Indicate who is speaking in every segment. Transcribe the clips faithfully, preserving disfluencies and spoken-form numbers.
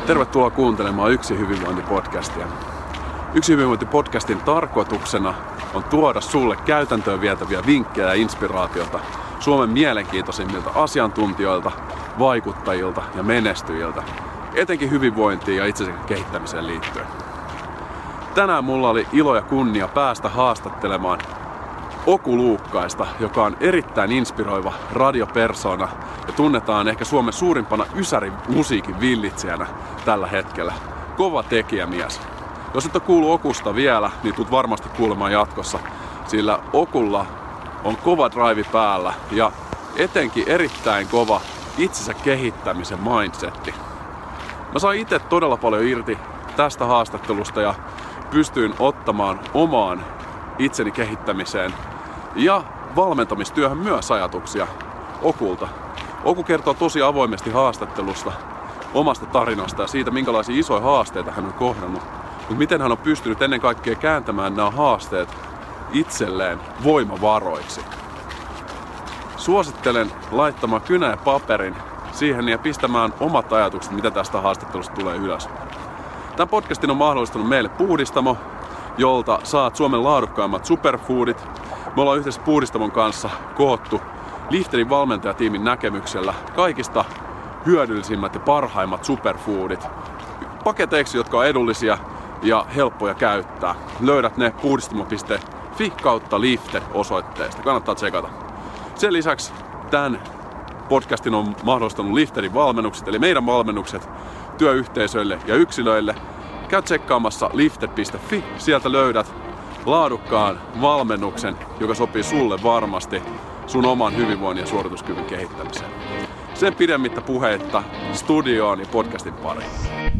Speaker 1: Tervetuloa kuuntelemaan Yksi hyvinvointi-podcastia. Yksi hyvinvointi-podcastin tarkoituksena on tuoda sulle käytäntöön vietäviä vinkkejä ja inspiraatiota Suomen mielenkiintoisimmilta asiantuntijoilta, vaikuttajilta ja menestyjiltä, etenkin hyvinvointiin ja itsensä kehittämiseen liittyen. Tänään mulla oli ilo ja kunnia päästä haastattelemaan Oku Luukkaista, joka on erittäin inspiroiva radiopersona ja tunnetaan ehkä Suomen suurimpana ysärimusiikin villitsijänä tällä hetkellä. Kova tekijämies. Jos et ole kuullut Okusta vielä, niin tulet varmasti kuulemaan jatkossa, sillä Okulla on kova drive päällä ja etenkin erittäin kova itsensä kehittämisen mindsetti. Mä sain itse todella paljon irti tästä haastattelusta ja pystyin ottamaan omaan itseni kehittämiseen ja valmentamistyöhön myös ajatuksia Okulta. Oku kertoo tosi avoimesti haastattelusta, omasta tarinasta ja siitä, minkälaisia isoja haasteita hän on kohdannut. Mutta miten hän on pystynyt ennen kaikkea kääntämään nämä haasteet itselleen voimavaroiksi. Suosittelen laittamaan kynä ja paperin siihen ja pistämään omat ajatukset, mitä tästä haastattelusta tulee ylös. Tämän podcastin on mahdollistanut meille Puhdistamo, jolta saat Suomen laadukkaimmat superfoodit. Me ollaan yhdessä Puhdistamon kanssa koottu Lifterin valmentajatiimin näkemyksellä kaikista hyödyllisimmät ja parhaimmat superfoodit paketeiksi, jotka on edullisia ja helppoja käyttää. Löydät ne puhdistamo piste fi kautta lifter osoitteesta. Kannattaa tsekata. Sen lisäksi tämän podcastin on mahdollistanut Lifterin valmennukset, eli meidän valmennukset työyhteisöille ja yksilöille. Käy tsekkaamassa lifter piste fi, sieltä löydät laadukkaan valmennuksen, joka sopii sulle varmasti sun oman hyvinvoinnin ja suorituskyvyn kehittämiseen. Sen pidemmittä puheitta studioon ja podcastin pariin.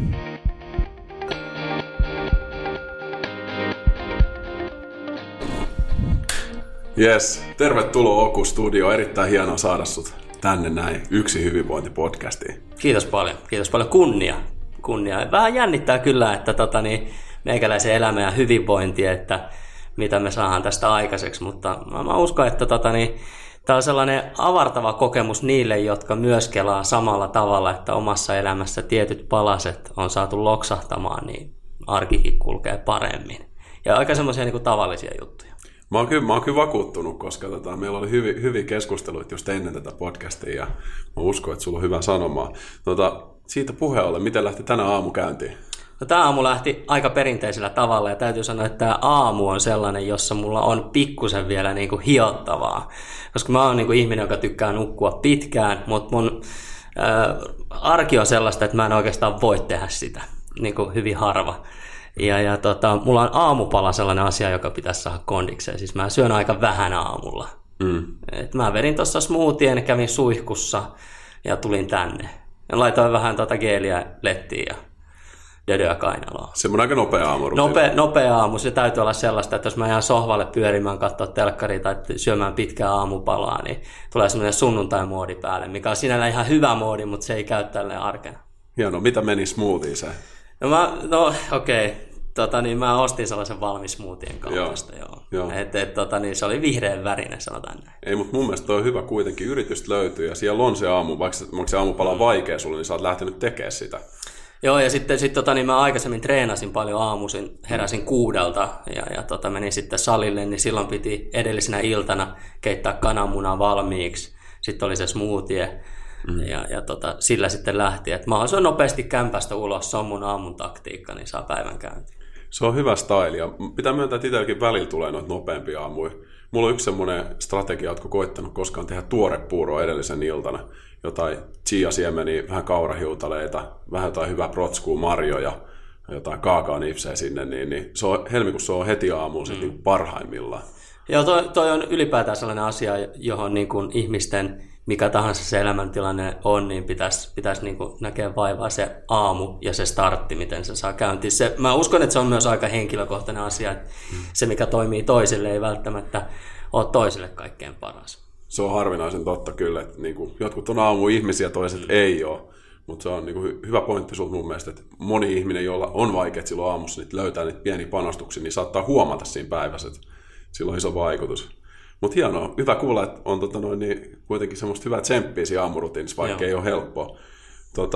Speaker 1: Jes, tervetuloa Oku Studio. Erittäin hienoa saada sut tänne näin Yksi hyvinvointi-podcastiin.
Speaker 2: Kiitos paljon. Kiitos paljon. Kunnia. Kunnia. Vähän jännittää kyllä, että tota, niin, meikäläisen elämä ja hyvinvointi, että mitä me saadaan tästä aikaiseksi, mutta mä, mä uskon, että tota, niin, tämä on sellainen avartava kokemus niille, jotka myös kelaa samalla tavalla, että omassa elämässä tietyt palaset on saatu loksahtamaan, niin arkikin kulkee paremmin. Ja aika semmoisia niin kuin tavallisia juttuja.
Speaker 1: Mä oon kyllä, mä oon kyllä vakuuttunut, koska tota, meillä oli hyviä, hyviä keskusteluita just ennen tätä podcastia ja mä uskon, että sulla on hyvä sanomaa. Tota, siitä puheen ollen, miten lähti tänä aamu käyntiin?
Speaker 2: No, tämä aamu lähti aika perinteisellä tavalla ja täytyy sanoa, että tämä aamu on sellainen, jossa mulla on pikkusen vielä niin kuin hiottavaa. Koska mä oon niin kuin ihminen, joka tykkää nukkua pitkään, mutta mun ää, arki on sellaista, että mä en oikeastaan voi tehdä sitä niin kuin hyvin harva. Ja, ja tota, mulla on aamupala sellainen asia, joka pitäisi saada kondikseen. Siis mä syön aika vähän aamulla. Mm. Et mä vedin tuossa smoothien, kävin suihkussa ja tulin tänne. Ja laitoin vähän tota geeliä lettiin ja dödöä kainaloa.
Speaker 1: Semmoinen aika nopea aamu.
Speaker 2: Nopea, nopea aamu. Se täytyy olla sellaista, että jos mä jään sohvalle pyörimään, katsoa telkkaria tai syömään pitkää aamupalaa, niin tulee semmoinen sunnuntai-moodi päälle, mikä on sinällään ihan hyvä moodi, mutta se ei käy tälleen arkena.
Speaker 1: Hienoa. Mitä meni smoothieseen?
Speaker 2: No, mä, no okei. Okay. Tota, niin mä ostin sellaisen valmis smoothien kaupasta. Joo. Joo. Et, et, tota, niin se oli vihreän värinen, sanotaan näin.
Speaker 1: Ei, mutta mun mielestä toi on hyvä kuitenkin. Yritystä löytyy ja siellä on se aamu, vaikka se aamupala on vaikea sulle, niin sä oot lähtenyt tekemään sitä.
Speaker 2: Joo, ja sitten sit, tota, niin mä aikaisemmin treenasin paljon aamuisin, heräsin kuudelta ja, ja tota, menin sitten salille, niin silloin piti edellisenä iltana keittää kananmunaa valmiiksi. Sitten oli se smoothie mm. ja, ja tota, sillä sitten lähti. Et mahdollisimman nopeasti kämpästä ulos, se on mun aamun taktiikka, niin saa päivän käyntiin.
Speaker 1: Se on hyvä style ja pitää myöntää, että itselläkin välillä tulee noita nopeampia aamuja. Mulla on yksi semmoinen strategia, että koittanut koskaan tehdä tuorepuuroa edellisen iltana. Jotain chia-siemeniä, vähän kaurahiutaleita, vähän jotain hyvää protskua, marjoja, jotain kaakaonipseä sinne, niin, niin se on, helmikuussa on heti aamuun mm. niin parhaimmillaan.
Speaker 2: Joo, toi, toi on ylipäätään sellainen asia, johon niin kuin ihmisten, mikä tahansa se elämäntilanne on, niin pitäisi, pitäisi niin kuin näkeä vaivaa se aamu ja se startti, miten se saa käyntiin. Se, mä uskon, että se on myös aika henkilökohtainen asia, että mm. se, mikä toimii toiselle, ei välttämättä ole toiselle kaikkein paras.
Speaker 1: Se on harvinaisen totta kyllä, että niin kuin, jotkut on aamu-ihmisiä, toiset mm. ei ole. Mutta se on niin kuin, hyvä pointti sulta mun mielestä, että moni ihminen, jolla on vaikeat silloin aamussa, niin löytää niitä pieniä panostuksia, niin saattaa huomata siinä päivässä, että sillä on iso vaikutus. Mutta hienoa, hyvä kuulla, että on tota noin, niin kuitenkin semmoista hyvää tsemppiä siinä aamurutiinissa, vaikka Joo. ei ole helppoa. Tota,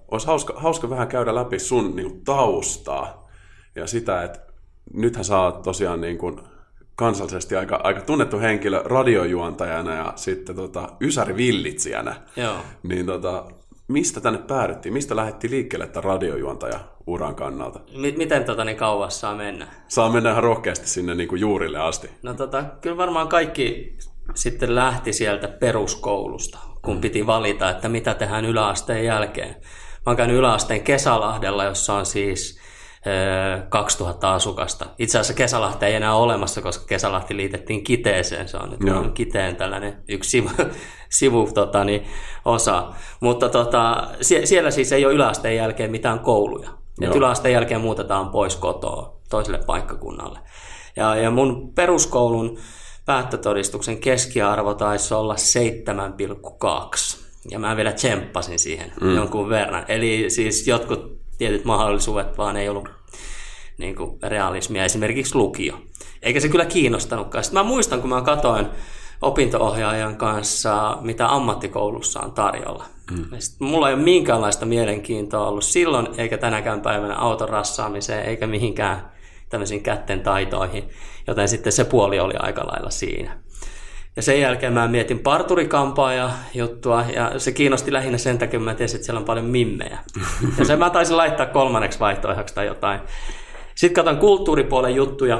Speaker 1: olisi hauska, hauska vähän käydä läpi sun niin kuin, taustaa ja sitä, että nythän sä oot tosiaan niin kuin, kansallisesti aika, aika tunnettu henkilö radiojuontajana ja sitten tota, ysäri-villitsijänä.
Speaker 2: Joo.
Speaker 1: Niin tota, mistä tänne päädyttiin? Mistä lähdettiin liikkeelle tämän radiojuontaja-uran kannalta?
Speaker 2: M- miten tota, niin kauas saa mennä?
Speaker 1: Saa mennä ihan rohkeasti sinne niin kuin juurille asti.
Speaker 2: No tota, kyllä varmaan kaikki sitten lähti sieltä peruskoulusta, kun mm. piti valita, että mitä tehdään yläasteen jälkeen. Mä oon käynyt yläasteen Kesälahdella, jossa on siis ö, kaksituhatta asukasta. Itse asiassa Kesälahti ei enää ole olemassa, koska Kesälahti liitettiin Kiteeseen. Se on nyt no. Kiteen tällainen yksi sivu, sivu tota, niin, osa. Mutta tota, sie, siellä siis ei ole yläasteen jälkeen mitään kouluja. Et yläasteen jälkeen muutetaan pois kotoa toiselle paikkakunnalle. Ja, ja mun peruskoulun päättötodistuksen keskiarvo taisi olla seitsemän pilkku kaksi. Ja mä vielä tsemppasin siihen mm. jonkun verran. Eli siis jotkut tietyt mahdollisuudet vaan ei ollut niin kuin realismia, esimerkiksi lukio. Eikä se kyllä kiinnostanutkaan. Sitten mä muistan, kun mä katsoin opinto-ohjaajan kanssa, mitä ammattikoulussa on tarjolla. Mm. Mulla ei ole minkäänlaista mielenkiintoa ollut silloin, eikä tänäkään päivänä auton rassaamiseen, eikä mihinkään tämmöisiin kätten taitoihin, joten sitten se puoli oli aika lailla siinä. Ja sen jälkeen mä mietin parturikampaaja juttua, ja se kiinnosti lähinnä sen takia, että mä tiesin, että siellä on paljon mimmejä. Ja sen mä taisin laittaa kolmanneksi vaihtoehdoksi tai jotain. Sitten katson kulttuuripuolen juttuja.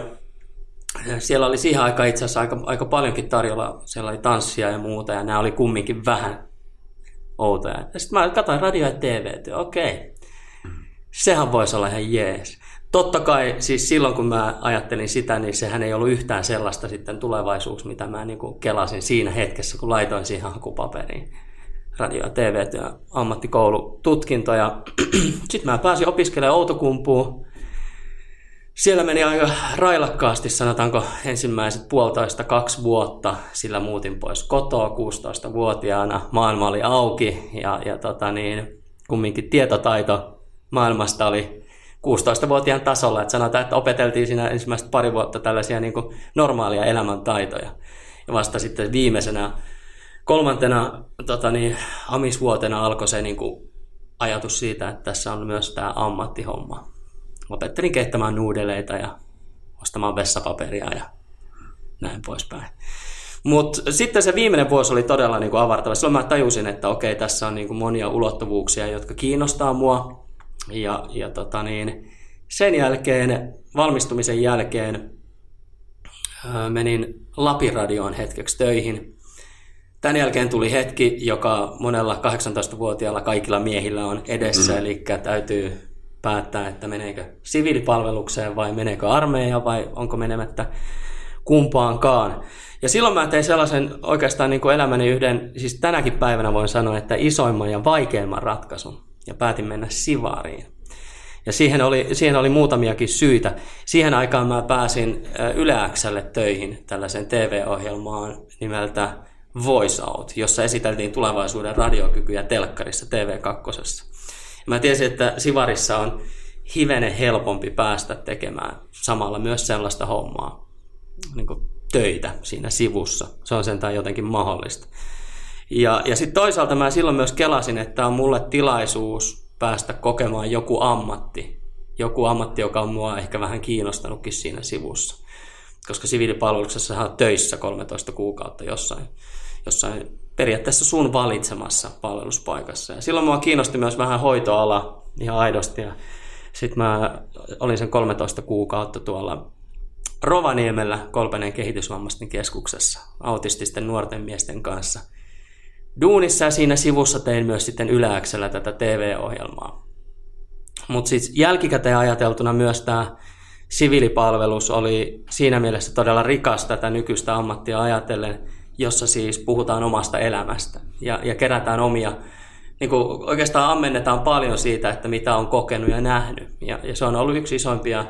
Speaker 2: Siellä oli siihen aikaan itse asiassa aika, aika paljonkin tarjolla. Siellä oli tanssia ja muuta, ja nämä oli kumminkin vähän outoja. Ja sitten mä katsoin radio- ja T V-työ. Okei, sehän voisi olla ihan jees. Totta kai, siis silloin kun mä ajattelin sitä, niin sehän ei ollut yhtään sellaista sitten tulevaisuus, mitä mä niin kuin kelasin siinä hetkessä, kun laitoin siihen hakupaperiin radio- ja T V-työ ammattikoulututkintoja. Sitten mä pääsin opiskelemaan Outokumpuun. Siellä meni aika railakkaasti, sanotaanko ensimmäiset puolitoista, kaksi vuotta, sillä muutin pois kotoa kuusitoistavuotiaana. Maailma oli auki ja, ja tota niin, kumminkin tietotaito maailmasta oli kuusitoistavuotiaan tasolla. Että sanotaan, että opeteltiin siinä ensimmäistä pari vuotta tällaisia niin kuin normaalia elämäntaitoja. Ja vasta sitten viimeisenä, kolmantena tota niin, amisvuotena alkoi se niin kuin ajatus siitä, että tässä on myös tämä ammattihomma. Opettelin keittämään nuudeleita ja ostamaan vessapaperia ja näin poispäin. Mutta sitten se viimeinen vuosi oli todella niinku avartava. Silloin mä tajusin, että okei, tässä on niinku monia ulottuvuuksia, jotka kiinnostaa mua. Ja, ja tota niin, sen jälkeen, valmistumisen jälkeen, menin Lapin-radioon hetkeksi töihin. Tämän jälkeen tuli hetki, joka monella kahdeksantoistavuotiaalla kaikilla miehillä on edessä, mm. eli täytyy päättää, että meneekö siviilipalvelukseen vai meneekö armeijaan vai onko menemättä kumpaankaan. Ja silloin mä tein sellaisen oikeastaan niin kuin elämäni yhden, siis tänäkin päivänä voin sanoa, että isoimman ja vaikeimman ratkaisun. Ja päätin mennä Sivariin. Ja siihen oli, siihen oli muutamiakin syitä. Siihen aikaan mä pääsin Yle X:lle töihin tällaiseen T V-ohjelmaan nimeltä Voice Out, jossa esiteltiin tulevaisuuden radiokykyjä telkkarissa T V kaksi. Mä tiesin, että Sivarissa on hivenen helpompi päästä tekemään samalla myös sellaista hommaa, niin kuin töitä siinä sivussa. Se on sentään jotenkin mahdollista. Ja, ja sitten toisaalta mä silloin myös kelasin, että on mulle tilaisuus päästä kokemaan joku ammatti. Joku ammatti, joka on mua ehkä vähän kiinnostanutkin siinä sivussa. Koska siviilipalveluksessa on töissä kolmetoista kuukautta jossain, jossain periaatteessa sun valitsemassa palveluspaikassa. Ja silloin mua kiinnosti myös vähän hoitoala ihan aidosti. Ja sitten mä olin sen kolmetoista kuukautta tuolla Rovaniemellä Kolpeneen kehitysvammaisten keskuksessa autististen nuorten miesten kanssa duunissa. Ja siinä sivussa tein myös sitten Yle X:llä tätä T V-ohjelmaa. Mutta siis jälkikäteen ajateltuna myös tämä siviilipalvelus oli siinä mielessä todella rikas tätä nykyistä ammattia ajatellen, jossa siis puhutaan omasta elämästä ja, ja kerätään omia, niin kuin oikeastaan ammennetaan paljon siitä, että mitä on kokenut ja nähnyt. Ja, ja se on ollut yksi isoimpia,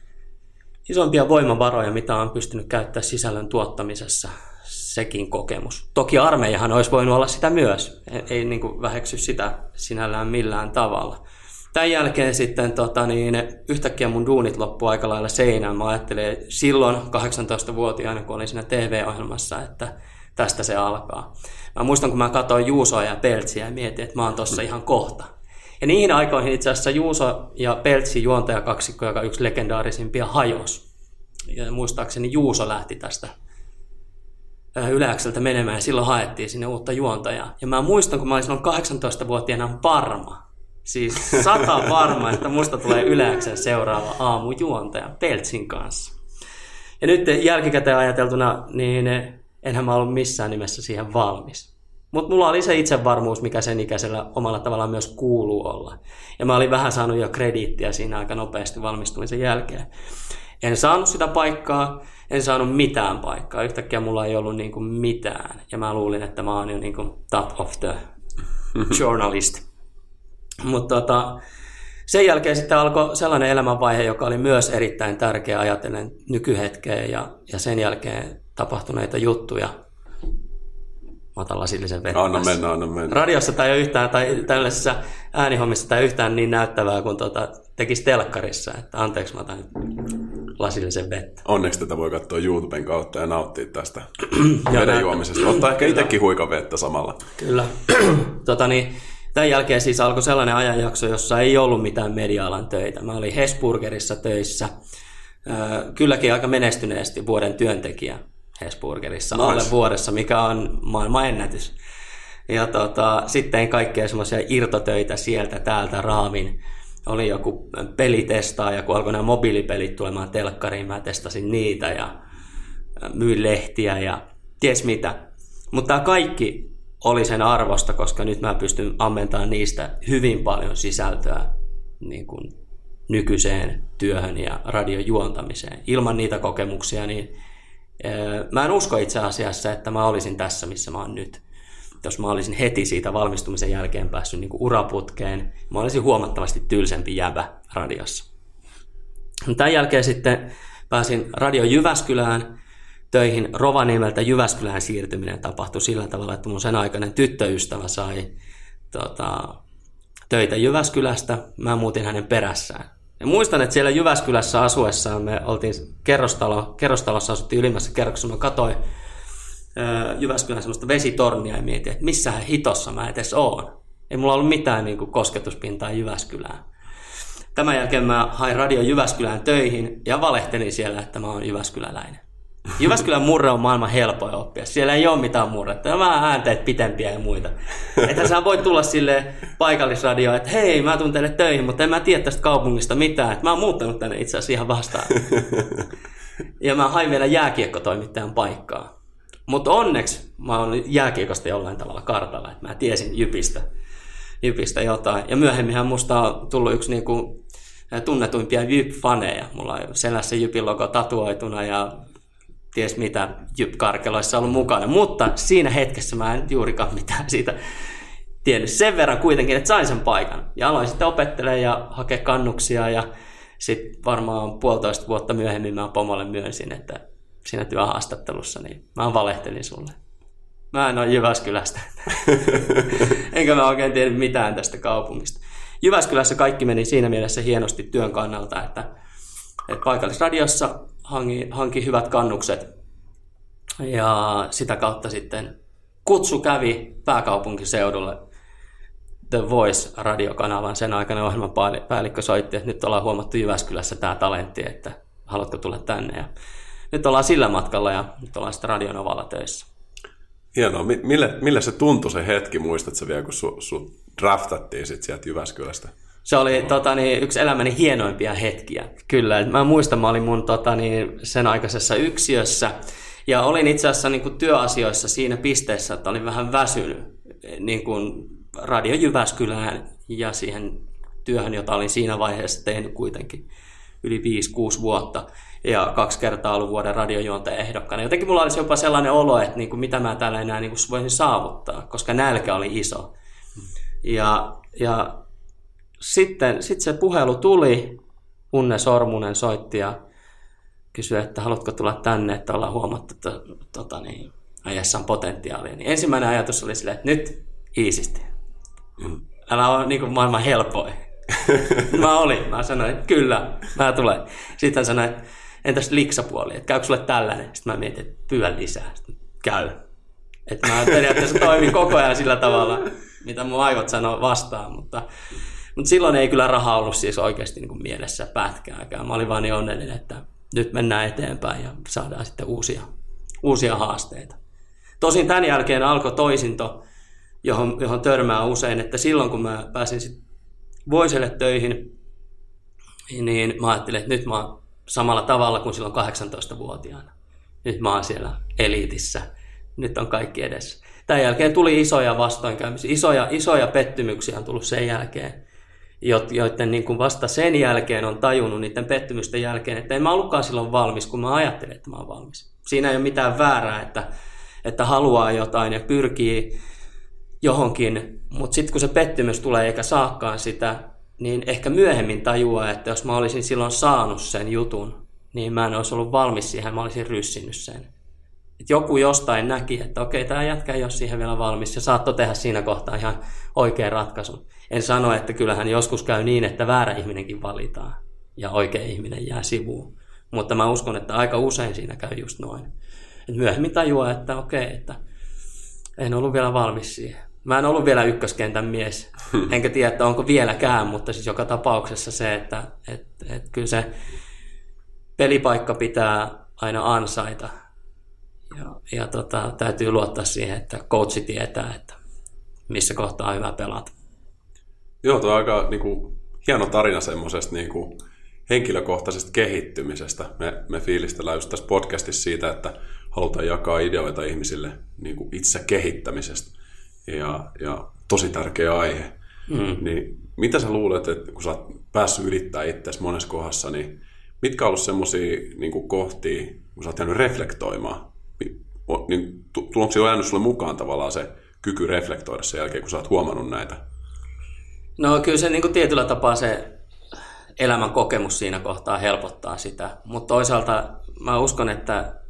Speaker 2: isoimpia voimavaroja, mitä on pystynyt käyttämään sisällön tuottamisessa, sekin kokemus. Toki armeijahan olisi voinut olla sitä myös, ei, ei niin kuin väheksy sitä sinällään millään tavalla. Tämän jälkeen sitten tota, niin, yhtäkkiä mun duunit loppui aika lailla seinään. Mä ajattelin silloin kahdeksantoistavuotiaana, kun olin siinä T V-ohjelmassa, että tästä se alkaa. Mä muistan, kun mä katsoin Juusoa ja Peltsiä ja mietin, että mä oon tossa ihan kohta. Ja niihin aikoihin itse asiassa Juuso ja Peltsi juontajakaksikko, joka on yksi legendaarisimpia, hajosi. Ja muistaakseni Juuso lähti tästä Yle X:ltä menemään ja silloin haettiin sinne uutta juontajaa. Ja mä muistan, kun mä olin silloin kahdeksantoistavuotiaana varma, siis sata varma, että musta tulee Yle X:n seuraava aamujuontaja Peltsin kanssa. Ja nyt jälkikäteen ajateltuna, niin enhän mä ollut missään nimessä siihen valmis. Mutta mulla oli se itsevarmuus, mikä sen ikäisellä omalla tavallaan myös kuuluu olla. Ja mä olin vähän saanut jo krediittiä siinä aika nopeasti valmistumisen jälkeen. En saanut sitä paikkaa, en saanut mitään paikkaa. Yhtäkkiä mulla ei ollut niinku mitään. Ja mä luulin, että mä oon jo niinku top of the journalist. Mutta tota, sen jälkeen sitten alkoi sellainen elämänvaihe, joka oli myös erittäin tärkeä ajatellen nykyhetkeä ja, ja sen jälkeen tapahtuneita juttuja. Mä otan lasillisen vettä.
Speaker 1: Anna mennä, anna mennä.
Speaker 2: Radiossa tai yhtään, tai tällaisessa äänihommissa tai yhtään niin näyttävää kuin tuota, tekisi telkkarissa. Että anteeksi, mä otan lasillisen vettä.
Speaker 1: Onneksi tätä voi katsoa YouTuben kautta ja nauttia tästä veden juomisesta. Ottaa ehkä itsekin huikan vettä samalla.
Speaker 2: Kyllä. tota, niin, tämän jälkeen siis alkoi sellainen ajanjakso, jossa ei ollut mitään media-alan töitä. Mä olin Hesburgerissa töissä. Kylläkin aika menestyneesti vuoden työntekijä Hesburgerissa nice. Alle vuodessa, mikä on maailman ennätys. Ja tota, sitten kaikkea semmoisia irtotöitä sieltä täältä raavin. Oli joku pelitestaaja, kun alkoi nämä mobiilipelit tulemaan telkkariin, mä testasin niitä ja myin lehtiä ja ties mitä. Mutta tämä kaikki oli sen arvosta, koska nyt mä pystyn ammentamaan niistä hyvin paljon sisältöä niin kuin nykyiseen työhön ja radiojuontamiseen. Ilman niitä kokemuksia, niin mä en usko itse asiassa, että mä olisin tässä, missä mä oon nyt. Jos mä olisin heti siitä valmistumisen jälkeen päässyt niin kuin uraputkeen, mä olisin huomattavasti tylsempi jäbä radiossa. Tämän jälkeen sitten pääsin Radio Jyväskylään töihin. Rovaniemeltä Jyväskylään siirtyminen tapahtui sillä tavalla, että mun sen aikainen tyttöystävä sai tota, töitä Jyväskylästä. Mä muutin hänen perässään. Ja muistan, että siellä Jyväskylässä asuessaan me oltiin kerrostalo, kerrostalossa asuttiin ylimmässä kerroksessa. Mä katsoin Jyväskylän semmoista vesitornia ja mietin, että missähän hitossa mä edes oon. Ei mulla ollut mitään niin kuin kosketuspintaa Jyväskylään. Tämän jälkeen mä hain Radio Jyväskylään töihin ja valehtelin siellä, että mä oon jyväskyläläinen. Jyväskylän murre on maailman helpoin oppia. Siellä ei ole mitään murretta. On vähän äänteet pitempiä ja muita. Että sä voit tulla silleen paikallisradioon, että hei, mä tuun teille töihin, mutta en mä tiedä tästä kaupungista mitään. Että mä oon muuttanut tänne itse asiassa ihan vastaan. Ja mä hain vielä jääkiekkotoimittajan paikkaa. Mutta onneksi mä olin jääkiekosta jollain tavalla kartalla, että mä tiesin Jypistä, Jypistä jotain. Ja myöhemminhän musta on tullut yksi niinku tunnetuimpia Jyp-faneja. Mulla on selässä Jypin logo tatuoituna ja ties mitä Jyp-karkeloissa ollut mukana. Mutta siinä hetkessä mä en juurikaan mitään siitä tiennyt. Sen verran kuitenkin, että sain sen paikan. Ja aloin sitten opettelemaan ja hakea kannuksia. Ja sitten varmaan puolitoista vuotta myöhemmin mä pomolle myönsin, että siinä työhaastattelussa, niin mä valehtelin sulle. Mä en ole Jyväskylästä. Enkä mä oikein tiedä mitään tästä kaupungista. Jyväskylässä kaikki meni siinä mielessä hienosti työn kannalta, että, että paikallisradiossa hanki, hanki hyvät kannukset. Ja sitä kautta sitten kutsu kävi pääkaupunkiseudulle The Voice-radiokanavan. Sen aikana ohjelmapäällikkö soitti, että nyt ollaan huomattu Jyväskylässä tämä talentti, että haluatko tulla tänne. Ja nyt ollaan sillä matkalla ja nyt ollaan sitten Radionovalla töissä.
Speaker 1: Hienoa. Mille, mille se tuntui se hetki, muistatko vielä, kun sut su draftattiin sit sieltä Jyväskylästä?
Speaker 2: Se oli tota, niin, yksi elämäni hienoimpia hetkiä, kyllä. Mä muistan, mä olin mun tota, niin, sen aikaisessa yksiössä ja olin itse asiassa niin kuin työasioissa siinä pisteessä, että olin vähän väsynyt niin kuin Radio Jyväskylään ja siihen työhön, jota olin siinä vaiheessa tehnyt kuitenkin yli viisi kuusi vuotta. Ja kaksi kertaa ollut vuoden radiojuontajan ehdokkana. Jotenkin mulla olisi jopa sellainen olo, että niin kuin mitä mä täällä enää niin kuin voisin saavuttaa, koska nälkä oli iso. Ja, ja sitten sit se puhelu tuli, Unne Sormunen soitti ja kysyi, että haluatko tulla tänne, että ollaan huomattu, että tota, niin, äijässä on potentiaalia. Niin ensimmäinen ajatus oli silleen, että nyt iisisti. Mm. Älä ole niin kuin maailman helpoin. Mä olin. Mä sanoin, että kyllä, mä tulen. Sitten hän sanoi, että entäs liksapuoli, että käykö sulle tällainen? Sitten mä mietin, että pyydän lisää. Sitten käy. Että mä periaatteessa toimin koko ajan sillä tavalla, mitä mun aivot sanoo vastaan. Mutta Mutta silloin ei kyllä raha ollut siis oikeasti niin kuin mielessä pätkääkään. Mä olin vaan niin onnellinen, että nyt mennään eteenpäin ja saadaan sitten uusia, uusia haasteita. Tosin tämän jälkeen alkoi toisinto, johon, johon törmää usein, että silloin kun mä pääsin sit Voiselle töihin, niin mä ajattelin, että nyt mä oon samalla tavalla kuin silloin kahdeksantoistavuotiaana. Nyt mä oon siellä eliitissä. Nyt on kaikki edessä. Tämän jälkeen tuli isoja vastoinkäymisiä, isoja, isoja pettymyksiä on tullut sen jälkeen, joiden niin kuin vasta sen jälkeen on tajunnut niiden pettymysten jälkeen, että en mä ollutkaan silloin valmis, kun mä ajattelin, että mä oon valmis. Siinä ei ole mitään väärää, että, että haluaa jotain ja pyrkii johonkin, mutta sitten kun se pettymys tulee eikä saakaan sitä, niin ehkä myöhemmin tajuaa, että jos mä olisin silloin saanut sen jutun, niin mä en olisi ollut valmis siihen, mä olisin ryssinnyt sen. Et joku jostain näki, että okei, tämä jätkä ei ole siihen vielä valmis ja saattoi tehdä siinä kohtaa ihan oikean ratkaisun. En sano, että kyllähän joskus käy niin, että väärä ihminenkin valitaan ja oikea ihminen jää sivuun. Mutta mä uskon, että aika usein siinä käy just noin. Et myöhemmin tajuaa, että okei, että en ollut vielä valmis siihen. Mä en ollut vielä ykköskentän mies, enkä tiedä, että onko vieläkään, mutta siis joka tapauksessa se, että et, et kyllä se pelipaikka pitää aina ansaita. Ja, ja tota, täytyy luottaa siihen, että coachi tietää, että missä kohtaa on hyvä pelata.
Speaker 1: Joo, tuo on aika niin kuin, hieno tarina semmoisesta niin kuin, henkilökohtaisesta kehittymisestä. Me, me fiilistellään just tässä podcastissa siitä, että halutaan jakaa ideoita ihmisille niin kuin itse kehittämisestä. Ja, ja tosi tärkeä aihe. Mm. Niin, mitä sä luulet, että kun sä oot päässyt ylittämään itseäsi monessa kohdassa, niin mitkä on ollut semmoisia niin kuin kohtia, kun sä oot jäänyt reflektoimaan? Niin, onko se jäänyt sulle mukaan tavallaan se kyky reflektoida sen jälkeen, kun sä oot huomannut näitä?
Speaker 2: No kyllä se niin kuin tietyllä tapaa se elämän kokemus siinä kohtaa helpottaa sitä, mutta toisaalta mä uskon, että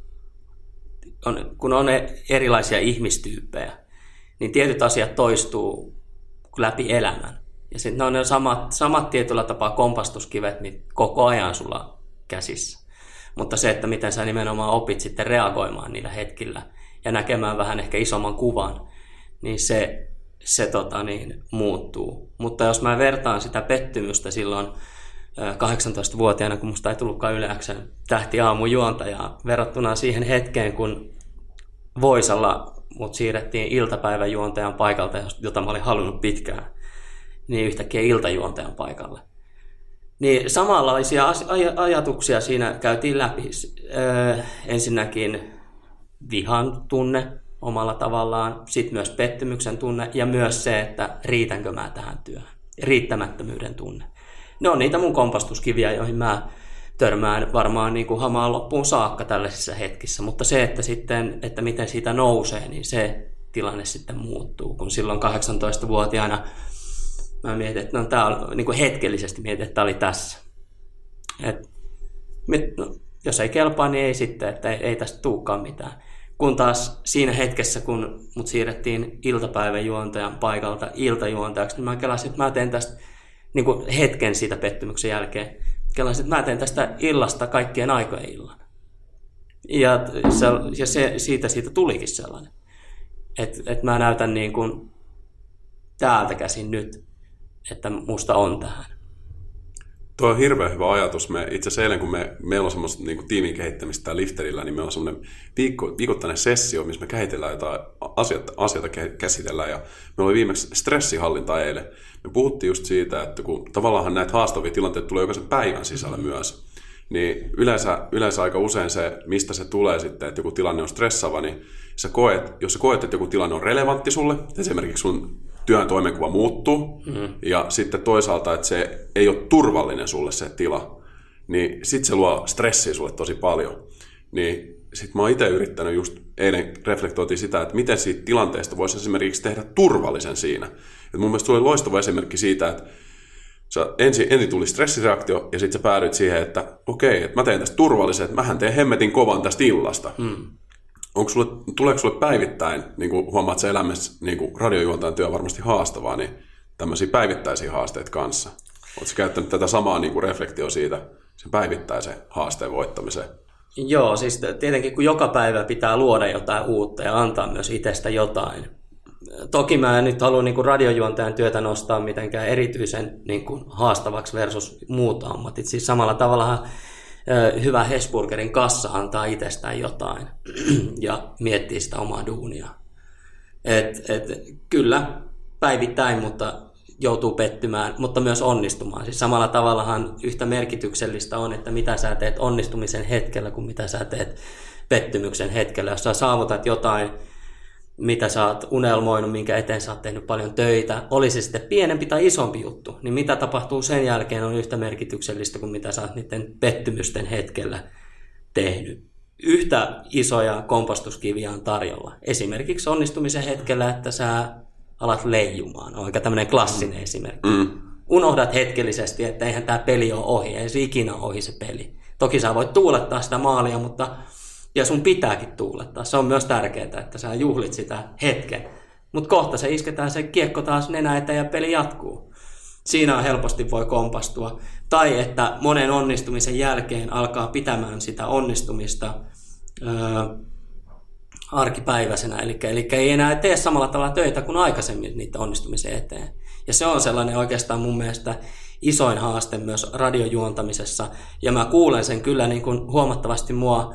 Speaker 2: on, kun on erilaisia ihmistyyppejä, niin tietyt asiat toistuu läpi elämän. Ja sitten ne on ne samat, samat tietyllä tapaa kompastuskivet niin koko ajan sulla käsissä. Mutta se, että miten sä nimenomaan opit sitten reagoimaan niillä hetkillä ja näkemään vähän ehkä isomman kuvan, niin se, se tota niin, muuttuu. Mutta jos mä vertaan sitä pettymystä silloin kahdeksantoistavuotiaana, kun musta ei tullutkaan Yle X:n Tähti aamun juontajaa, verrattuna siihen hetkeen, kun Voisalla mut siirrettiin iltapäiväjuontajan paikalta, jota mä olin halunnut pitkään, niin yhtäkkiä iltajuontajan paikalle. Niin samanlaisia aj- ajatuksia siinä käytiin läpi. Öö, ensinnäkin vihan tunne omalla tavallaan, sitten myös pettymyksen tunne ja myös se, että riitänkö mä tähän työhön. Riittämättömyyden tunne. Ne on niitä mun kompastuskiviä, joihin mä törmään varmaan niin kuin hamaan loppuun saakka tällaisissa hetkissä, mutta se, että, sitten, että miten siitä nousee, niin se tilanne sitten muuttuu. Kun silloin kahdeksantoistavuotiaana mä mietin, että no, tää on, niin kuin hetkellisesti mietin, että tämä oli tässä. Et, no, jos ei kelpaa, niin ei sitten, että ei, ei tästä tulekaan mitään. Kun taas siinä hetkessä, kun mut siirrettiin iltapäiväjuontajan paikalta iltajuontajaksi, niin mä kelasin, että mä teen tästä niin kuin hetken siitä pettymyksen jälkeen, kelasin, että mä teen tästä illasta kaikkien aikojen illan. Ja, se, ja se, siitä, siitä tulikin sellainen, että, että mä näytän niin kuin täältä käsin nyt, että musta on tähän.
Speaker 1: Tuo on hirveän hyvä ajatus. Me, itse asiassa eilen, kun me, meillä on semmoista niin kuin tiimin kehittämistä täällä Lifterillä, niin meillä on semmoinen viikko, viikoittainen sessio, missä me kehitellään jotain asioita, asioita käsitellään. Ja me oli viimeksi stressihallinta eilen. Me puhuttiin just siitä, että kun tavallaan näitä haastavia tilanteita tulee jokaisen päivän sisällä myös, niin yleensä, yleensä aika usein se, mistä se tulee sitten, että joku tilanne on stressaava, niin sä koet, jos sä koet, että joku tilanne on relevantti sulle, esimerkiksi sun työn toimenkuva muuttuu, mm. ja sitten toisaalta, että se ei ole turvallinen sulle se tila, niin sitten se luo stressiä sulle tosi paljon. Niin sitten mä oon itse yrittänyt just eilen reflektoitiin sitä, että miten siitä tilanteesta voisi esimerkiksi tehdä turvallisen siinä. Et mun mielestä se oli loistava esimerkki siitä, että sä ensin, ensin tuli stressireaktio, ja sitten sä päädyit siihen, että okei, että mä teen tästä turvallisen, että mähän teen hemmetin kovan tästä illasta. Mm. Onko sulle, tuleeko sulle päivittäin, niin kuin huomaat sä elämässä, niin kuin radiojuontajan työ on varmasti haastavaa, niin tämmöisiä päivittäisiä haasteita kanssa? Oletko käyttänyt tätä samaa niin kuin reflektio siitä, sen päivittäisen haasteen voittamiseen?
Speaker 2: Joo, siis tietenkin kun joka päivä pitää luoda jotain uutta ja antaa myös itsestä jotain, toki mä en nyt halua niin kuin radiojuontajan työtä nostaa mitenkään erityisen niin kuin haastavaksi versus muut ammatit. Siis samalla tavalla hyvä Hesburgerin kassa antaa itsestään jotain ja miettii sitä omaa duunia. Et, et, kyllä päivittäin, mutta joutuu pettymään, mutta myös onnistumaan. Siis samalla tavallahan yhtä merkityksellistä on, että mitä sä teet onnistumisen hetkellä kuin mitä sä teet pettymyksen hetkellä. Jos sä saavutat jotain, mitä sä oot unelmoinut, minkä eteen sä oot tehnyt paljon töitä, oli se sitten pienempi tai isompi juttu, niin mitä tapahtuu sen jälkeen on yhtä merkityksellistä kuin mitä sä oot niiden pettymysten hetkellä tehnyt. Yhtä isoja kompastuskiviä on tarjolla. Esimerkiksi onnistumisen hetkellä, että sä alat leijumaan. On aika tämmöinen klassinen mm. esimerkki. Mm. Unohdat hetkellisesti, että eihän tämä peli ole ohi, ei se ikinä ole ohi se peli. Toki sä voit tuulettaa sitä maalia, mutta ja sun pitääkin tuulettaa. Se on myös tärkeää, että sä juhlit sitä hetken. Mutta kohta se isketään se kiekko taas nenä eteen ja peli jatkuu. Siinä helposti voi kompastua. Tai että monen onnistumisen jälkeen alkaa pitämään sitä onnistumista öö, arkipäiväisenä. Eli, eli ei enää tee samalla tavalla töitä kuin aikaisemmin niiden onnistumisen eteen. Ja se on sellainen oikeastaan mun mielestä isoin haaste myös radiojuontamisessa. Ja mä kuulen sen kyllä niin kuin huomattavasti mua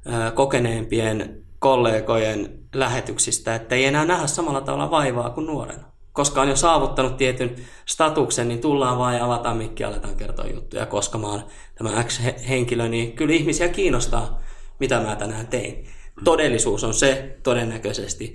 Speaker 2: kokeneempien kollegojen lähetyksistä, että ei enää nähdä samalla tavalla vaivaa kuin nuorena. Koska on jo saavuttanut tietyn statuksen, niin tullaan vaan ja avataan mikki ja aletaan kertoa juttuja. Koska mä oon tämä X-henkilö, niin kyllä ihmisiä kiinnostaa, mitä mä tänään tein. Todellisuus on se todennäköisesti,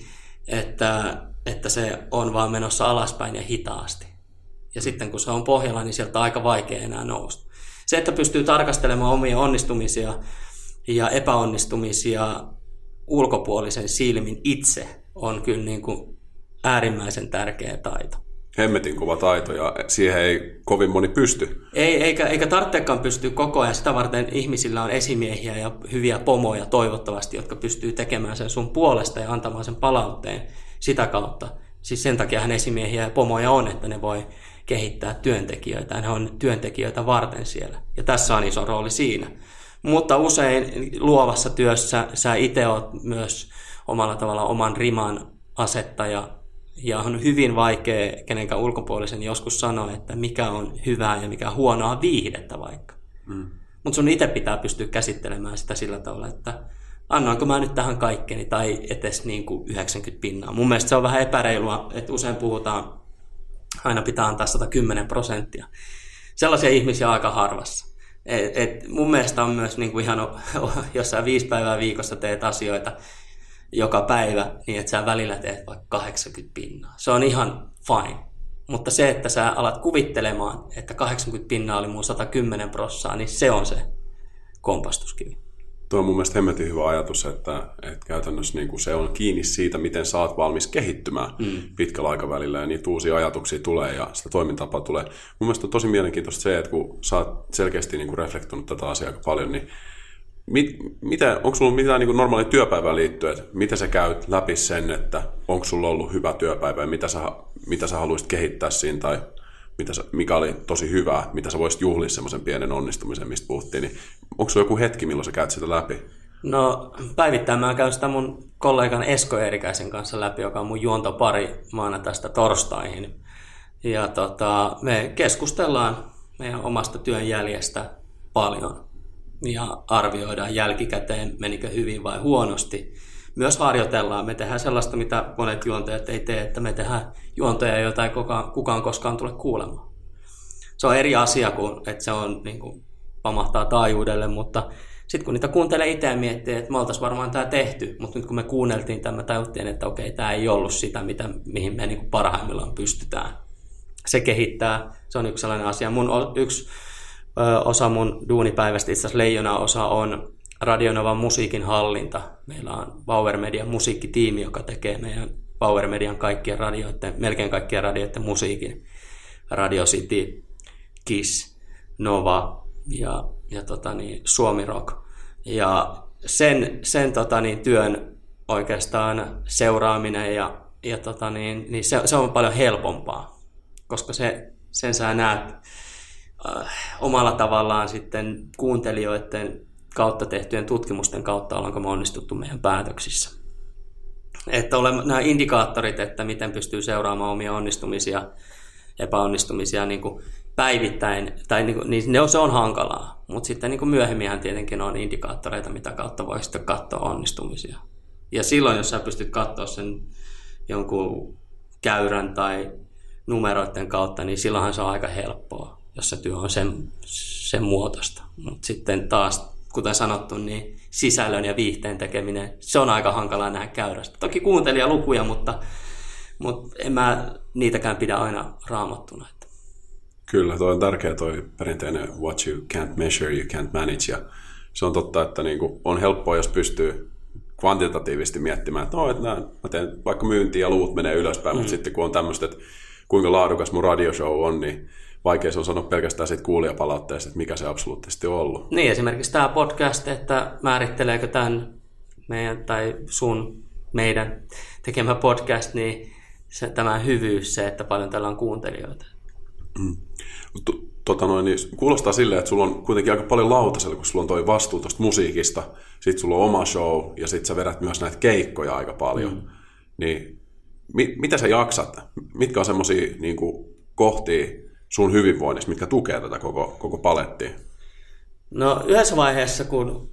Speaker 2: että, että se on vaan menossa alaspäin ja hitaasti. Ja sitten kun se on pohjalla, niin sieltä on aika vaikea enää nousta. Se, että pystyy tarkastelemaan omia onnistumisia ja epäonnistumisia ulkopuolisen silmin itse on kyllä niin kuin äärimmäisen tärkeä taito.
Speaker 1: Hemmetin kova taito ja siihen ei kovin moni pysty.
Speaker 2: Ei, eikä, eikä tarvitsekaan pystyä koko ajan. Sitä varten ihmisillä on esimiehiä ja hyviä pomoja toivottavasti, jotka pystyy tekemään sen sun puolesta ja antamaan sen palautteen sitä kautta. Siis sen takiahan esimiehiä ja pomoja on, että ne voi kehittää työntekijöitä. Ne on työntekijöitä varten siellä. Ja tässä on iso rooli siinä. Mutta usein luovassa työssä sä itse oot myös omalla tavalla oman riman asettaja. Ja on hyvin vaikea kenenkään ulkopuolisen joskus sanoa, että mikä on hyvää ja mikä on huonoa viihdettä vaikka. Mm. Mutta sun itse pitää pystyä käsittelemään sitä sillä tavalla, että annoinko mä nyt tähän kaikkeni tai etes niin kuin yhdeksänkymmentä pinnaa. Mun mielestä se on vähän epäreilua, että usein puhutaan, aina pitää antaa sata kymmenen prosenttia. Sellaisia ihmisiä on aika harvassa. Et, et mun mielestä on myös niin kuin ihan, jos sä viisi päivää viikossa teet asioita joka päivä, niin että sä välillä teet vaikka kahdeksankymmentä pinnaa. Se on ihan fine. Mutta se, että sä alat kuvittelemaan, että kahdeksankymmentä pinnaa oli mun sata kymmenen prossaa, niin se on se kompastuskivi.
Speaker 1: Tuo on mun mielestä hemmetin hyvä ajatus, että, että käytännössä niin kuin se on kiinni siitä, miten sä oot valmis kehittymään mm. pitkällä aikavälillä ja niitä uusia ajatuksia tulee ja sitä toimintapaa tulee. Mun mielestä on tosi mielenkiintoista se, että kun sä oot selkeästi niin kuin reflektoinut tätä asiaa aika paljon, niin mit, mitä, onko sulla mitään niin kuin normaalia työpäivään liittyen, että miten sä käyt läpi sen, että onko sulla ollut hyvä työpäivä ja mitä sä, mitä sä haluaisit kehittää siinä tai mitä sä, mikä oli tosi hyvää, mitä sä voisit juhlia semmoisen pienen onnistumisen, mistä puhuttiin, niin onko sulla joku hetki, milloin sä käyt sitä läpi?
Speaker 2: No päivittäin mä käyn sitä mun kollegan Esko Eerikäisen kanssa läpi, joka on mun juontopari maanantaista torstaihin. Ja tota, me keskustellaan meidän omasta työn jäljestä paljon ja arvioidaan jälkikäteen, menikö hyvin vai huonosti. Myös harjoitellaan. Me tehdään sellaista, mitä monet juontajat ei tee, että me tehdään juontoja, joita ei kukaan, kukaan koskaan tule kuulemaan. Se on eri asia kuin, että se on, niin kuin, pamahtaa taajuudelle, mutta sitten kun niitä kuuntelee itse ja miettii, että me oltaisiin varmaan tämä tehty, mutta nyt kun me kuunneltiin tämä, me tajuttiin, että okei, tämä ei ollut sitä, mitä, mihin me niin kuin parhaimmillaan pystytään. Se kehittää, se on yksi sellainen asia. Mun yksi ö, osa mun duunipäivästä, itse asiassa leijona osa on Radionovan musiikin hallinta. Meillä on Bauer Median musiikkitiimi, joka tekee meidän Bauer Median kaikkien radioiden, melkein kaikkien radioiden musiikin. Radio City, Kiss, Nova ja, ja tota niin, Suomi Rock. Ja sen, sen tota niin, työn oikeastaan seuraaminen ja, ja tota niin, niin se, se on paljon helpompaa, koska se, sen sä näet äh, omalla tavallaan sitten kuuntelijoiden kautta tehtyjen tutkimusten kautta ollaanko me onnistuttu meidän päätöksissä. että ole nämä indikaattorit, että miten pystyy seuraamaan omia onnistumisia, epäonnistumisia niin kuin päivittäin, tai niin kuin, niin ne on, se on hankalaa, mutta sitten niin kuin myöhemminhän tietenkin on indikaattoreita, mitä kautta voi sitten katsoa onnistumisia. Ja silloin, jos sä pystyt katsoa sen jonkun käyrän tai numeroiden kautta, niin silloinhan se on aika helppoa, jos se työ on sen, sen muotoista. Mutta sitten taas, kuten sanottu, niin sisällön ja viihteen tekeminen, se on aika hankalaa nähdä käyrästä. Toki kuuntelijalukuja, mutta, mutta en mä niitäkään pidä aina raamattuna.
Speaker 1: Kyllä, toi on tärkeä toi perinteinen what you can't measure, you can't manage. Ja se on totta, että niinku on helppoa, jos pystyy kvantitatiivisesti miettimään, että no, että nää, mä teen vaikka myyntiä ja luvut menee ylöspäin, mm. mutta sitten kun on tämmöistä, että kuinka laadukas mun radioshow on, niin vaikea se on sanoa pelkästään siitä kuulijapalautteesta, että mikä se absoluuttisesti on ollut.
Speaker 2: Niin, esimerkiksi tämä podcast, että määritteleekö tämän meidän tai sun, meidän tekemä podcast, niin se, tämä hyvyys, se, että paljon täällä on kuuntelijoita.
Speaker 1: Mm. Tota noin, niin kuulostaa silleen, että sulla on kuitenkin aika paljon lautasella, kun sulla on toi vastuu tuosta musiikista, sit sulla on oma show ja sit sä vedät myös näitä keikkoja aika paljon. Mm. Niin mi- mitä sä jaksat? Mitkä on semmosia niin kuin kohtia sun hyvinvoinnissa, mitkä tukee tätä koko, koko palettia?
Speaker 2: No yhdessä vaiheessa, kun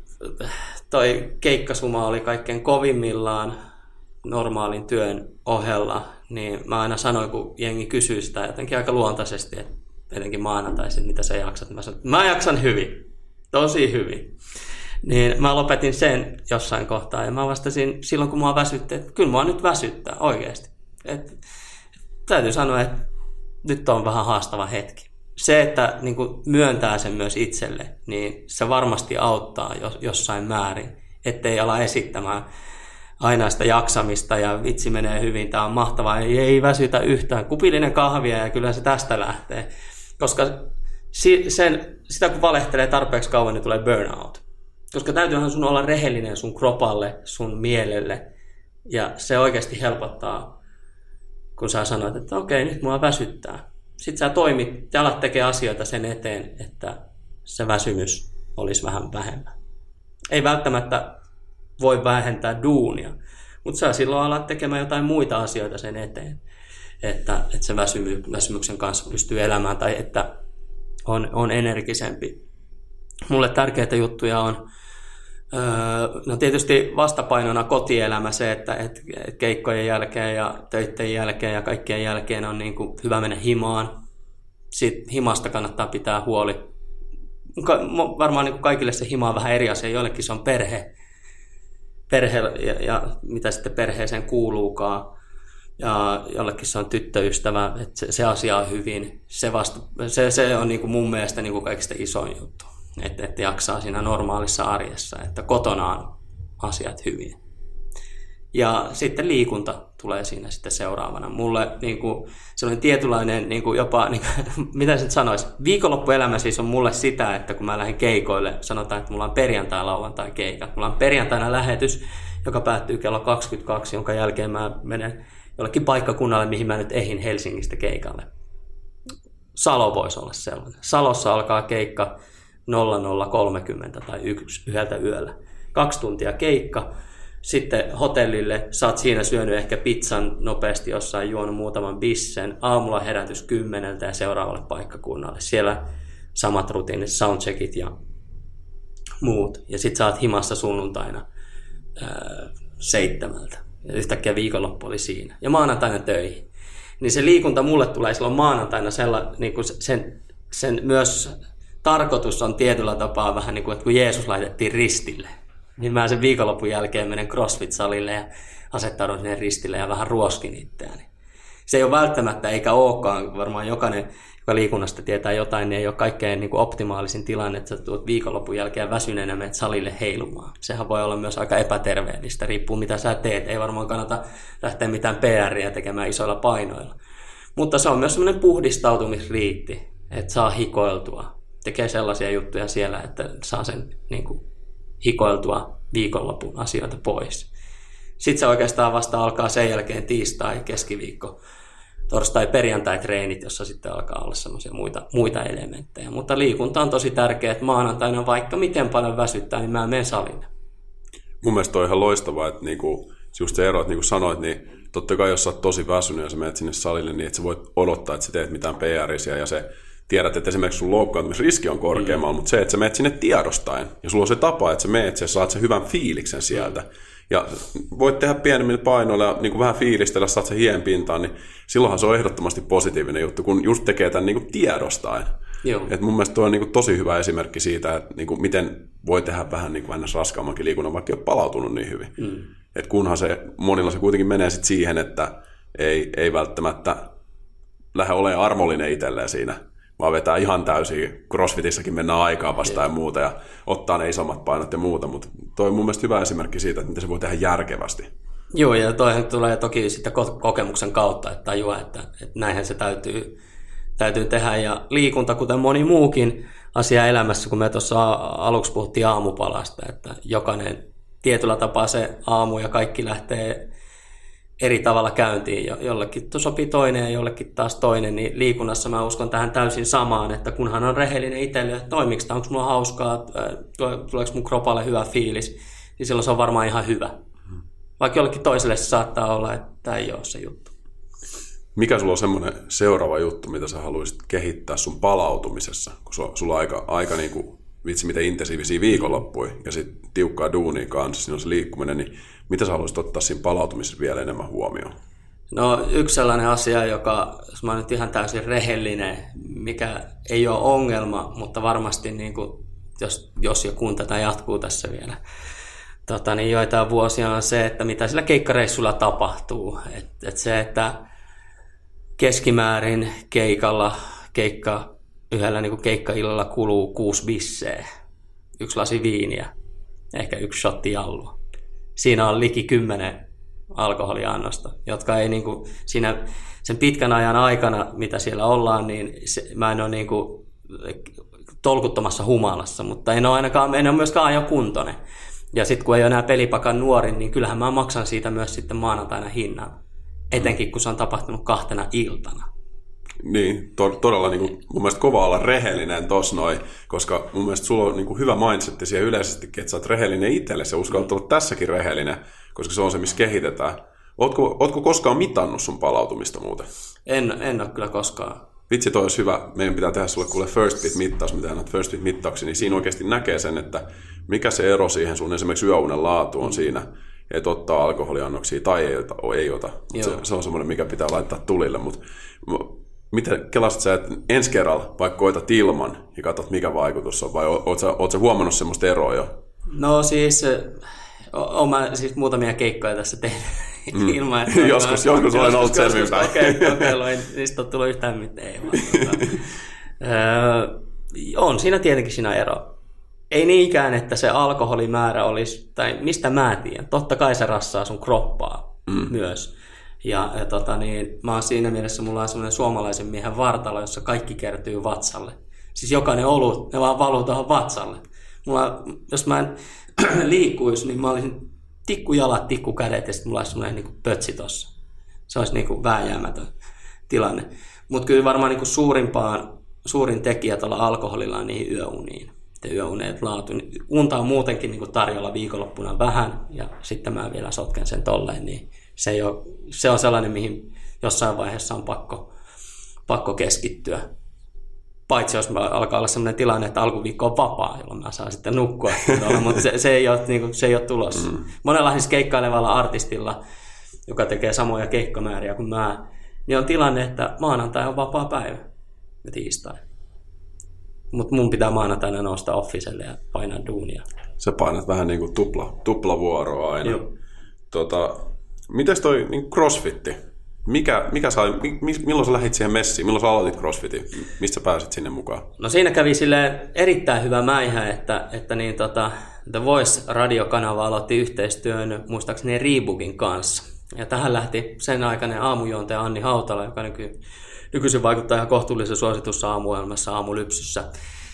Speaker 2: toi keikkasuma oli kaikkein kovimmillaan normaalin työn ohella, niin mä aina sanoin, kun jengi kysyy sitä jotenkin aika luontaisesti, että etenkin maanantaisin, mitä sä jaksat. Mä sanoin, mä jaksan hyvin, tosi hyvin. Niin mä lopetin sen jossain kohtaa ja mä vastasin silloin, kun mua väsytti, että kyllä mua nyt väsyttää oikeasti. Et, täytyy sanoa, että nyt on vähän haastava hetki. Se, että niin kuin myöntää sen myös itselle, niin se varmasti auttaa jossain määrin, ettei ala esittämään aina sitä jaksamista ja vitsi menee hyvin, tämä on mahtavaa, ei, ei väsytä yhtään. Kupillinen kahvia ja kyllä se tästä lähtee. Koska sen, sitä kun valehtelee tarpeeksi kauan, niin tulee burnout. Koska täytyyhän sun olla rehellinen sun kropalle, sun mielelle. Ja se oikeasti helpottaa, kun sä sanoit, että okei, nyt mua väsyttää. Sitten sä toimit ja alat tekee asioita sen eteen, että se väsymys olisi vähän vähemmän. Ei välttämättä voi vähentää duunia, mutta sä silloin alat tekemään jotain muita asioita sen eteen, että, että se väsymy, väsymyksen kanssa pystyy elämään tai että on, on energisempi. Mulle tärkeitä juttuja on öö, no tietysti vastapainona kotielämä se, että et, et keikkojen jälkeen ja töiden jälkeen ja kaikkien jälkeen on niin kuin hyvä mennä himaan. Sitten himasta kannattaa pitää huoli. Varmaan niin kuin kaikille se hima on vähän eri asia, joillekin se on perhe. Perhe ja, ja mitä sitten perheeseen kuuluukaan. Ja jollekin se on tyttöystävä, että se, se asia on hyvin. Se, vasta, se, se on niin kuin mun mielestä niin kuin kaikista isoin juttu, että, että jaksaa siinä normaalissa arjessa, että kotona on asiat hyvin. Ja sitten liikunta tulee siinä sitten seuraavana. Mulle niin kuin, sellainen tietynlainen, niin kuin jopa, niin kuin, mitä se sanoisi, viikonloppuelämä siis on mulle sitä, että kun mä lähden keikoille, sanotaan, että mulla on perjantai, lauantai keikat. Mulla on perjantaina lähetys, joka päättyy kello kaksikymmentäkaksi, jonka jälkeen mä menen jollekin paikkakunnalle, mihin mä nyt ehin Helsingistä keikalle. Salo voisi olla sellainen. Salossa alkaa keikka nolla nolla kolmekymmentä tai yksi, yhdeltä yöllä. Kaksi tuntia keikka. Sitten hotellille, sä oot siinä syönyt ehkä pizzan nopeasti jossain, juonut muutaman bissen. Aamulla herätys kymmeneltä ja seuraavalle paikkakunnalle. Siellä samat rutiinit, soundcheckit ja muut. Ja sit sä oot himassa sunnuntaina ää, seitsemältä. Ja yhtäkkiä viikonloppu oli siinä. Ja maanantaina töihin. Niin se liikunta mulle tulee silloin maanantaina sella, niin kuin sen, sen myös tarkoitus on tietyllä tapaa vähän niin kuin, että kun Jeesus laitettiin ristille, niin mä sen viikonlopun jälkeen menen CrossFit-salille ja asettaudun sinne ristille ja vähän ruoskin itseäni. Se ei ole välttämättä, eikä olekaan, varmaan jokainen, joka liikunnasta tietää jotain, niin ei ole kaikkein niin kuin optimaalisin tilanne, että sä tulet viikonlopun jälkeen väsyneenä menet salille heilumaan. Sehän voi olla myös aika epäterveellistä, riippuu mitä sä teet. Ei varmaan kannata lähteä mitään P R:iä tekemään isoilla painoilla. Mutta se on myös semmoinen puhdistautumisriitti, että saa hikoiltua. Tekee sellaisia juttuja siellä, että saa sen niin kuin hikoiltua viikonlopun asioita pois. Sitten se oikeastaan vasta alkaa sen jälkeen tiistai, keskiviikko, torstai, perjantai treenit, jossa sitten alkaa olla semmoisia muita, muita elementtejä. Mutta liikunta on tosi tärkeää, että maanantaina vaikka miten paljon väsyttää, niin mä menen salille.
Speaker 1: Mun mielestä on ihan loistavaa, että niinku just se ero, että niin kuin sanoit, niin totta kai jos sä oot tosi väsynyt ja sä menet sinne salille, niin et sä voit odottaa, että sä teet mitään P R:isiä ja se tiedät, että esimerkiksi sun loukkaantumisriski on korkeammalla, mm. mutta se, että sä menet sinne tiedostaen ja sulla on se tapa, että sä menet ja saat sen hyvän fiiliksen sieltä. Ja voit tehdä pienemmillä painoilla ja niin kuin vähän fiilistellä, saat sen hien pintaan, niin silloinhan se on ehdottomasti positiivinen juttu, kun just tekee tämän niin kuin tiedostaen. Et mun mielestä tuo on niin kuin tosi hyvä esimerkki siitä, että niin kuin miten voi tehdä vähän niin kuin raskaammankin liikunnan, vaikka ei ole palautunut niin hyvin. Mm. Et kunhan se, monilla se kuitenkin menee sit siihen, että ei, ei välttämättä lähde olemaan armollinen itselleen siinä, vaan vetää ihan täysin. CrossFitissäkin mennään aikaa vastaan ja muuta ja ottaa ne isommat painot ja muuta, mutta toi on mun mielestä hyvä esimerkki siitä, että miten se voi tehdä järkevästi.
Speaker 2: Joo, ja toihan tulee toki sitten kokemuksen kautta, että tajua, että, että näinhän se täytyy, täytyy tehdä. Ja liikunta, kuten moni muukin asia elämässä, kun me tuossa aluksi puhuttiin aamupalasta, että jokainen tietyllä tapaa se aamu ja kaikki lähtee eri tavalla käyntiin. Jollekin sopii toinen ja jollekin taas toinen, niin liikunnassa mä uskon tähän täysin samaan, että kunhan on rehellinen itselle, että toimiko tämä, onko mulla hauskaa, tuleeko mun kropalle hyvä fiilis, niin silloin se on varmaan ihan hyvä. Vaikka jollekin toiselle se saattaa olla, että tämä ei ole se juttu.
Speaker 1: Mikä sulla on semmoinen seuraava juttu, mitä sä haluaisit kehittää sun palautumisessa, kun sulla on aika, aika niin kuin, vitsi miten intensiivisiä viikonloppuja ja sitten tiukkaa duunia kanssa, siinä on se liikkuminen, niin mitä sä haluaisit ottaa siinä palautumisessa vielä enemmän huomioon?
Speaker 2: No yksi sellainen asia, joka, jos mä oon nyt ihan täysin rehellinen, mikä ei ole ongelma, mutta varmasti niin kuin, jos, jos ja kun tätä jatkuu tässä vielä, tota, niin joitain vuosia on se, että mitä sillä keikkareissulla tapahtuu. Et, et se, että keskimäärin keikalla, keikka, yhdellä niin kuin keikkaillalla kuluu kuusi bisseä, yksi lasi viiniä, ehkä yksi shotti jallua. Siinä on liki kymmenen alkoholiannosta, jotka ei niin kuin, siinä sen pitkän ajan aikana, mitä siellä ollaan, niin se, mä en ole niin kuin tolkuttomassa humalassa, mutta en ole ainakaan, en ole myöskään ajokuntoinen. Ja sitten kun ei ole enää pelipakan nuori, niin kyllähän mä maksan siitä myös sitten maanantaina hinnan. Etenkin kun se on tapahtunut kahtena iltana.
Speaker 1: Niin, to- todella niin kuin, mun mielestä kova olla rehellinen tossa noin, koska mun mielestä sulla on niin kuin hyvä mindsetti siihen yleisestikin, että sä oot rehellinen itsellesi ja uskallat olla tässäkin rehellinen, koska se on se, missä kehitetään. Ootko, ootko koskaan mitannut sun palautumista muuten?
Speaker 2: En, en ole kyllä koskaan.
Speaker 1: Vitsi, toi olisi hyvä. Meidän pitää tehdä sulle kuule first bit-mittaus, mitä näet first bit-mittauksia, niin siinä oikeasti näkee sen, että mikä se ero siihen sun esimerkiksi yöunen laatu on siinä, että ottaa alkoholiannoksia tai ei ota. Ei ota. Se, se on semmoinen, mikä pitää laittaa tulille, mutta miten kelasit sä, että ensi kerralla vaikka koetat ilman ja katsot, mikä vaikutus on, vai oot sä, oot sä huomannut semmoista eroa jo?
Speaker 2: No siis, oon mä siis muutamia keikkoja tässä tehnyt mm. ilman, että...
Speaker 1: joskus,
Speaker 2: mä,
Speaker 1: joskus olen ollut selvinpäin.
Speaker 2: Okei, kokeilu, ei niistä ole tullut yhtään mitään. Ei vaan, tuota. öö, on siinä tietenkin siinä ero. Ei niinkään, että se alkoholimäärä olisi, tai mistä mä tiedän, totta kai se rassaa sun kroppaa mm. myös. Ja, ja tota niin, mä oon siinä mielessä, mulla on semmoinen suomalaisen miehen vartalo, jossa kaikki kertyy vatsalle. Siis jokainen olut, ne vaan valuu tuohon vatsalle. Mulla, jos mä en liikkuisi, niin mä olisin tikkujalat, tikkukädet ja sitten mulla olisi semmoinen niin kuin pötsi tossa. Se olisi niin kuin vääjäämätön tilanne. Mutta kyllä varmaan niin kuin suurimpaan, suurin tekijä tuolla alkoholilla on niihin yöuniin. Yöuneet laatu. Unta on muutenkin niin kuin tarjolla viikonloppuna vähän ja sitten mä vielä sotken sen tolleen, niin se, ei ole, se on sellainen, mihin jossain vaiheessa on pakko, pakko keskittyä. Paitsi jos alkaa olla sellainen tilanne, että alkuviikko on vapaa, jolloin mä saan sitten nukkua. Mutta se, se, ei ole, niin kuin, se ei ole tulossa. Mm. Monella siis keikkailevalla artistilla, joka tekee samoja keikkamääriä kuin mä, niin on tilanne, että maanantai on vapaa päivä ja tiistai. Mutta mun pitää maanantaina nousta officelle ja painaa duunia.
Speaker 1: Sä painat vähän niin kuin tupla, tuplavuoroa aina.
Speaker 2: Joo.
Speaker 1: Tota, mites toi niin crossfitti? Mikä, mikä sai, mi, milloin sä lähdit siihen messiin? Milloin sä aloitit crossfitin? Mistä sä pääsit sinne mukaan?
Speaker 2: No siinä kävi silleen erittäin hyvä mäihä, että, että niin tota, The Voice-radiokanava aloitti yhteistyön muistaakseni Reebokin kanssa. Ja tähän lähti sen aikainen aamujuontaja Anni Hautala, joka nyky, nykyisin vaikuttaa ihan kohtuullisen suositussa aamuohjelmassa Aamulypsyssä.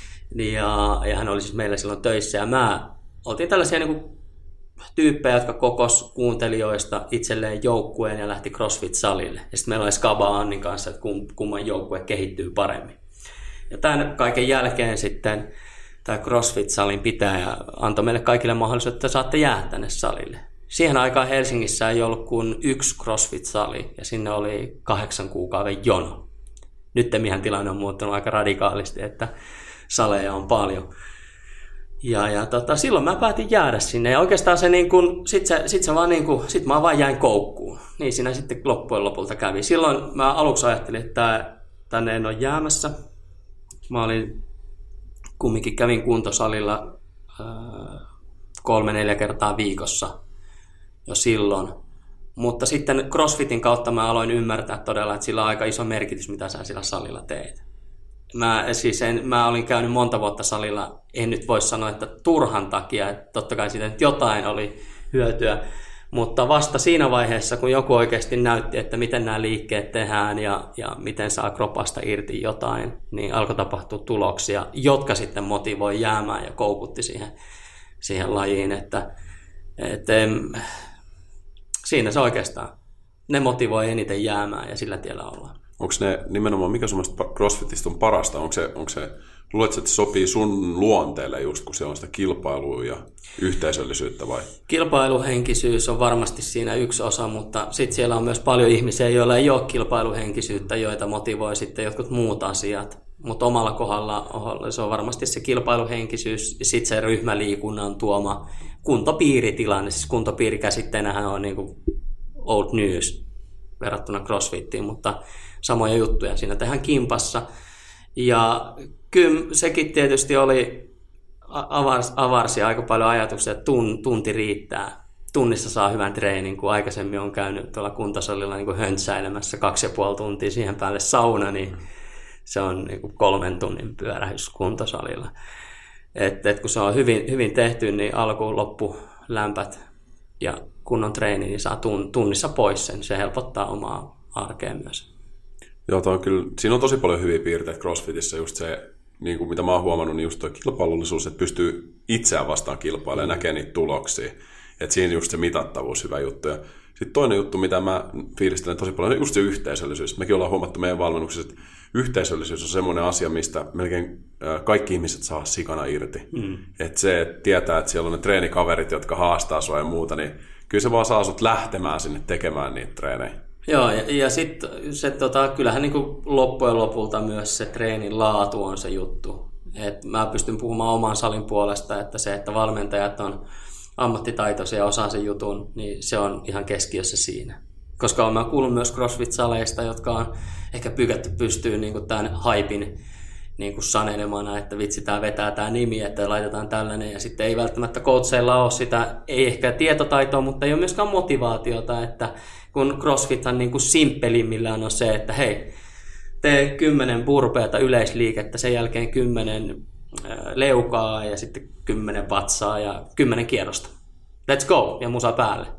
Speaker 2: Ja, ja hän oli siis meillä silloin töissä. Ja mä oltiin tällaisia niin kuin tyyppejä, jotka kokos kuuntelijoista itselleen joukkueen ja lähti CrossFit-salille. Ja sitten meillä oli Skaba Annin kanssa, että kumman joukkue kehittyy paremmin. Ja tämän kaiken jälkeen sitten tämä CrossFit-salin pitäjä antoi meille kaikille mahdollisuuden, että saatte jäädä tänne salille. siihen aikaan Helsingissä ei ollut kuin yksi CrossFit-sali ja sinne oli kahdeksan kuukauden jono. Nyttemminhän tilanne on muuttunut aika radikaalisti, että saleja on paljon. Ja, ja tota, silloin mä päätin jäädä sinne ja oikeastaan se niin kuin, sit, se, sit, se vaan niin kuin, sit mä vaan jäin koukkuun. Niin siinä sitten loppujen lopulta kävi. Silloin mä aluksi ajattelin, että tänne en ole jäämässä. Mä olin, kumminkin kävin kuntosalilla äh, kolme neljä kertaa viikossa jo silloin. Mutta sitten CrossFitin kautta mä aloin ymmärtää todella, että sillä on aika iso merkitys, mitä sä sillä salilla teet. Mä, siis en, mä olin käynyt monta vuotta salilla, en nyt voi sanoa, että turhan takia, että totta kai siitä nyt jotain oli hyötyä, mutta vasta siinä vaiheessa, kun joku oikeasti näytti, että miten nämä liikkeet tehdään ja, ja miten saa kropasta irti jotain, niin alkoi tapahtua tuloksia, jotka sitten motivoi jäämään ja koukutti siihen, siihen lajiin, että, että siinä se oikeastaan, ne motivoi eniten jäämään ja sillä tiellä ollaan.
Speaker 1: Onko ne nimenomaan, mikä semmoista CrossFitista on parasta? Onko se, onko se, luuletko, että se sopii sun luonteelle just, kun se on sitä kilpailua ja yhteisöllisyyttä vai?
Speaker 2: Kilpailuhenkisyys on varmasti siinä yksi osa, mutta sitten siellä on myös paljon ihmisiä, joilla ei ole kilpailuhenkisyyttä, joita motivoi sitten jotkut muut asiat. Mutta omalla kohdalla se on varmasti se kilpailuhenkisyys ja sitten se ryhmäliikunnan tuoma kuntopiiritilanne. Siis kuntopiiri käsitteenähän on niin kuin old news verrattuna CrossFittiin, mutta samoja juttuja siinä tehdään kimpassa. Ja kyllä sekin tietysti oli, avarsi, avarsi aika paljon ajatuksia, että tun, tunti riittää. Tunnissa saa hyvän treenin, kun aikaisemmin on käynyt tuolla kuntosalilla niin kuin höntsäilemässä kaksi ja puoli tuntia siihen päälle sauna, niin se on niin kuin kolmen tunnin pyörähys kuntosalilla. Et, et kun se on hyvin, hyvin tehty, niin alkuun loppu lämpät ja kunnon treeni, niin saa tun, tunnissa pois sen. Se helpottaa omaa arkea myös.
Speaker 1: Joo, on kyllä, siinä on tosi paljon hyviä piirteitä CrossFitissä. Just se, niin kuin mitä mä oon huomannut, niin just tuo kilpailullisuus, että pystyy itseään vastaan kilpailemaan ja näkee niitä tuloksia. Että siinä just se mitattavuus, hyvä juttu. Ja sitten toinen juttu, mitä mä fiilistelen tosi paljon, on just se yhteisöllisyys. Mekin ollaan huomattu meidän valmennuksessa, että yhteisöllisyys on semmoinen asia, mistä melkein kaikki ihmiset saa sikana irti. Mm. Että se, että tietää, että siellä on ne treenikaverit, jotka haastaa sua ja muuta, niin kyllä se vaan saa sut lähtemään sinne tekemään niitä treenejä. Joo,
Speaker 2: ja, ja sitten se, tota, kyllähän niin kuin loppujen lopulta myös se treenin laatu on se juttu. Et mä pystyn puhumaan oman salin puolesta, että se, että valmentajat on ammattitaitoisia ja osaa sen jutun, niin se on ihan keskiössä siinä. Koska olen kuullut myös CrossFit-saleista, jotka on ehkä pykätty pystyyn niin kuin tämän haipin niin kuin sanelemana, että vitsi, tämä vetää tämä nimi, että laitetaan tällainen, ja sitten ei välttämättä coacheilla ole sitä, ei ehkä tietotaitoa, mutta ei ole myöskään motivaatiota, että kun CrossFithan niin kuin simppelimmillään on se, että hei, tee kymmenen burpeata yleisliikettä, sen jälkeen kymmenen leukaa ja sitten kymmenen vatsaa ja kymmenen kierrosta. Let's go! Ja musa päälle.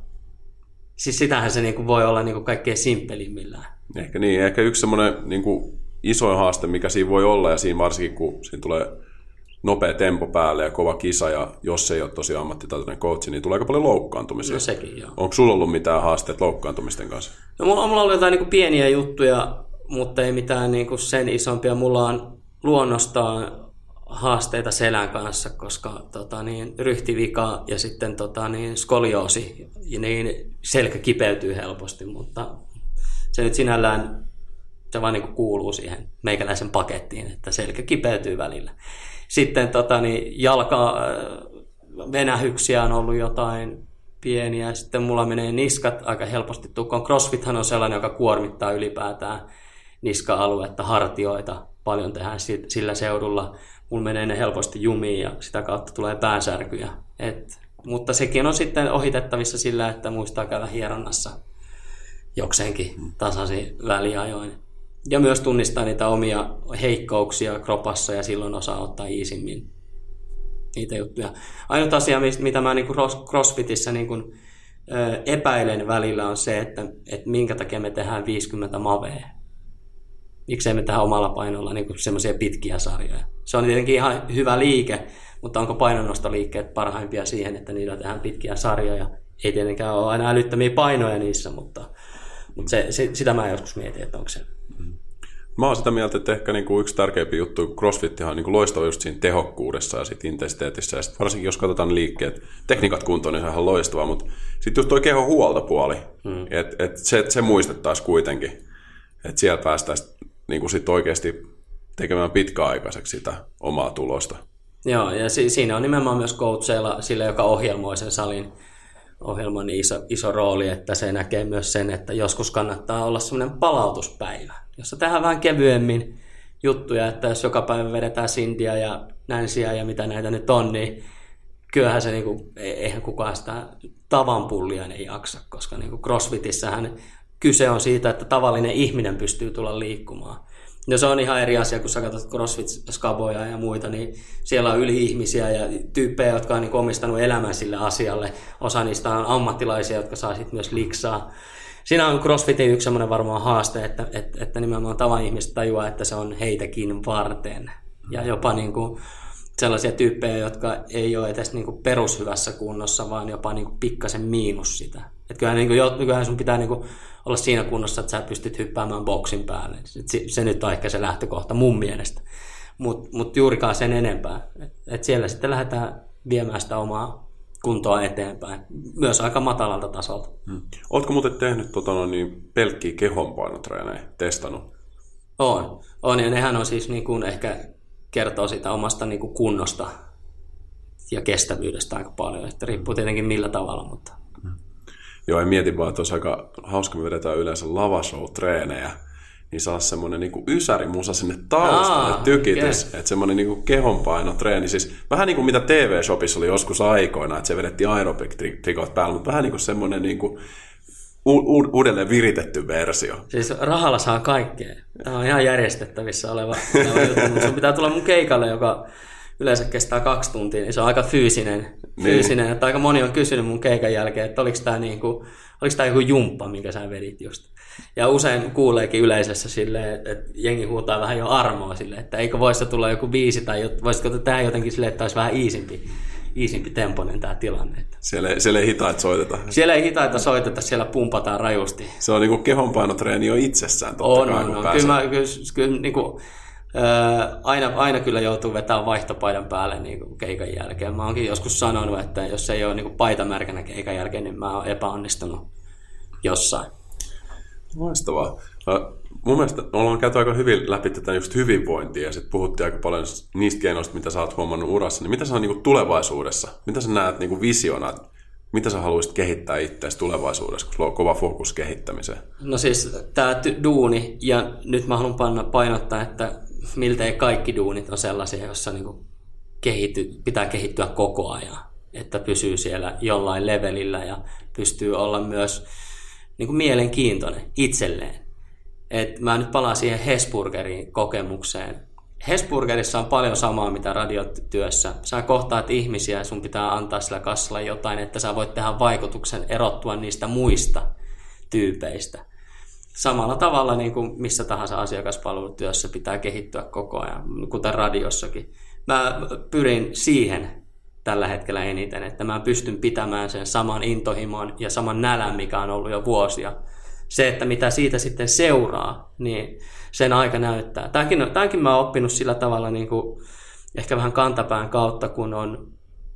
Speaker 2: Siis sitähän se niinku voi olla niinku kaikkein simppelimmillään.
Speaker 1: Ehkä niin. Ehkä yksi semmoinen niinku isoin haaste, mikä siinä voi olla, ja siinä varsinkin kun siinä tulee nopea tempo päälle ja kova kisa, ja jos ei ole tosi ammattitaitoinen coachi, niin tulee aika paljon loukkaantumisia.
Speaker 2: No sekin, joo.
Speaker 1: Onko sulla ollut mitään haasteet loukkaantumisten kanssa?
Speaker 2: No mulla on ollut jotain niinku pieniä juttuja, mutta ei mitään niinku sen isompia. Mulla on luonnostaan haasteita selän kanssa, koska tota, niin, ryhtivika ja sitten tota, niin, skolioosi, niin selkä kipeytyy helposti, mutta se nyt sinällään se vaan niin kuuluu siihen meikäläisen pakettiin, että selkä kipeytyy välillä. Sitten tota, niin, jalkavenähyksiä on ollut jotain pieniä, sitten mulla menee niskat aika helposti tukkoon. CrossFithan on sellainen, joka kuormittaa ylipäätään niska-aluetta, hartioita, paljon tehdään sillä seudulla. Mulla menee ne helposti jumiin ja sitä kautta tulee päänsärkyjä. Et, mutta sekin on sitten ohitettavissa sillä, että muistaa käydä hieronnassa jokseenkin tasaisin väliajoin. Ja myös tunnistaa niitä omia heikkouksia kropassa ja silloin osaa ottaa iisimmin niitä juttuja. Ainut asia, mitä mä niin kuin CrossFitissä niin kuin, ö, epäilen välillä on se, että, että minkä takia me tehdään viisikymmentä mavea. Miksei me tehdään omalla painolla niin semmoisia pitkiä sarjoja. Se on tietenkin ihan hyvä liike, mutta onko painonnostoliikkeet parhaimpia siihen, että niillä tehdään pitkiä sarjoja? Ei tietenkään ole aina älyttömiä painoja niissä, mutta, mutta se, se, sitä mä joskus mietin, että onko se.
Speaker 1: Mä oon sitä mieltä, että ehkä niinku yksi tärkeimpiä juttu, kun CrossFittihan on niinku loistava just siinä tehokkuudessa ja sit intensiteetissä. Ja sit varsinkin jos katsotaan liikkeet, tekniikat kuntoon, niin se on ihan loistavaa, mutta sitten just toi kehon huoltopuoli, mm. että et se, se muistettaisiin kuitenkin, että siellä päästäisiin niinku sit oikeasti tekemään pitkäaikaiseksi sitä omaa tulosta.
Speaker 2: Joo, ja si- siinä on nimenomaan myös coacheilla sille, joka ohjelmoi sen salin ohjelman iso, iso rooli, että se näkee myös sen, että joskus kannattaa olla semmoinen palautuspäivä, jossa tehdään vähän kevyemmin juttuja, että jos joka päivä vedetään Cindyä ja Nancyä ja mitä näitä nyt on, niin kyllähän se, niinku, eihän kukaan sitä tavanpullia ei jaksa, koska niinku CrossFitissähän kyse on siitä, että tavallinen ihminen pystyy tulla liikkumaan. No se on ihan eri asia, kun sä katsot CrossFit-skaboja ja muita, niin siellä on yli-ihmisiä ja tyyppejä, jotka on niin omistanut elämän sille asialle. Osa niistä on ammattilaisia, jotka saa sitten myös liksaa. Siinä on CrossFitin yksi semmoinen varmaan haaste, että, että, että nimenomaan tavan ihmiset tajuaa, että se on heitäkin varten. Ja jopa niin kuin sellaisia tyyppejä, jotka ei ole edes niin kuin perushyvässä kunnossa, vaan jopa niin kuin pikkasen miinus sitä. Että kyllähän, niin kuin, kyllähän sun pitää niin kuin olla siinä kunnossa, että sä pystyt hyppäämään boksin päälle. Se, se nyt on ehkä se lähtökohta mun mielestä. Mutta mut juurikaan sen enempää. Et, et siellä sitten lähdetään viemään sitä omaa kuntoa eteenpäin. Myös aika matalalta tasolta.
Speaker 1: Hmm. Ootko muuten tehnyt tota, no, niin pelkkiä kehonpainotreenejä, testannut?
Speaker 2: On. on ja nehän on siis niin kuin ehkä kertoo sitä omasta niin kuin kunnosta ja kestävyydestä aika paljon. Että riippuu tietenkin millä tavalla, mutta...
Speaker 1: Hmm. Joo, en mietin vaan, että olisi aika hauska, me vedetään yleensä lavashow-treenejä, niin saa semmoinen niin ysärimusa sinne taustalle
Speaker 2: Aa,
Speaker 1: tykitys,
Speaker 2: okay.
Speaker 1: Että semmoinen niin kehonpainotreeni, siis vähän niin kuin mitä T V-shopissa oli joskus aikoina, että se vedettiin aerobic-trikot päällä, mutta vähän niin kuin semmoinen niin kuin u- u- uudelleen viritetty versio.
Speaker 2: Siis rahalla saa kaikkea. Tämä on ihan järjestettävissä oleva, oleva juttu, mutta sun pitää tulla mun keikalle, joka yleensä kestää kaksi tuntia, niin se on aika fyysinen.
Speaker 1: Niin.
Speaker 2: fyysinen että aika moni on kysynyt mun keikan jälkeen, että oliko tämä niinku, oliko tämä joku jumppa, minkä sä vedit just. Ja usein kuuleekin yleisössä silleen, että, että jengi huutaa vähän jo armoa silleen, että eikö voisi tulla joku biisi tai voisitko tehdä jotenkin silleen, että olisi vähän iisimpi, iisimpi tempoinen tämä tilanne.
Speaker 1: Siellä ei, siellä ei hitaita soiteta.
Speaker 2: Siellä ei hitaita soiteta, siellä pumpataan rajusti.
Speaker 1: Se on niinku kehonpainotreeni jo itsessään totta
Speaker 2: on,
Speaker 1: kai,
Speaker 2: on,
Speaker 1: kun
Speaker 2: on.
Speaker 1: pääsee.
Speaker 2: Kyllä, mä, kyllä, kyllä niin kuin, Öö, aina, aina kyllä joutuu vetämään vaihtopaidan päälle niin kuin keikan jälkeen. Mä oonkin joskus sanonut, että jos ei ole niin kuin paita märkänä keikan jälkeen, niin mä oon epäonnistunut jossain.
Speaker 1: Loistavaa. Mun mielestä ollaan käyty aika hyvin läpi tätä just hyvinvointia ja sitten puhuttiin aika paljon niistä keinoista, mitä sä oot huomannut urassa. Niin mitä sä on niin kuin tulevaisuudessa? Mitä sä näet niin kuin visiona? Mitä sä haluaisit kehittää itseäsi tulevaisuudessa, kun sulla on kova fokus kehittämiseen?
Speaker 2: No siis tää duuni, ja nyt mä haluan panna painottaa, että miltei kaikki duunit on sellaisia, joissa niinku kehity, pitää kehittyä koko ajan, että pysyy siellä jollain levelillä ja pystyy olla myös niinku mielenkiintoinen itselleen. Et mä nyt palaan siihen Hesburgerin kokemukseen. Hesburgerissa on paljon samaa, mitä radiotyössä. Sä kohtaat ihmisiä ja sun pitää antaa sillä kassalla jotain, että sä voit tehdä vaikutuksen erottua niistä muista tyypeistä. Samalla tavalla niin kuin missä tahansa asiakaspalvelutyössä pitää kehittyä koko ajan, kuten radiossakin. Mä pyrin siihen tällä hetkellä eniten, että mä pystyn pitämään sen saman intohimon ja saman nälän, mikä on ollut jo vuosia. Se, että mitä siitä sitten seuraa, niin sen aika näyttää. Tämäkin, tämäkin mä oon oppinut sillä tavalla niin kuin ehkä vähän kantapään kautta, kun on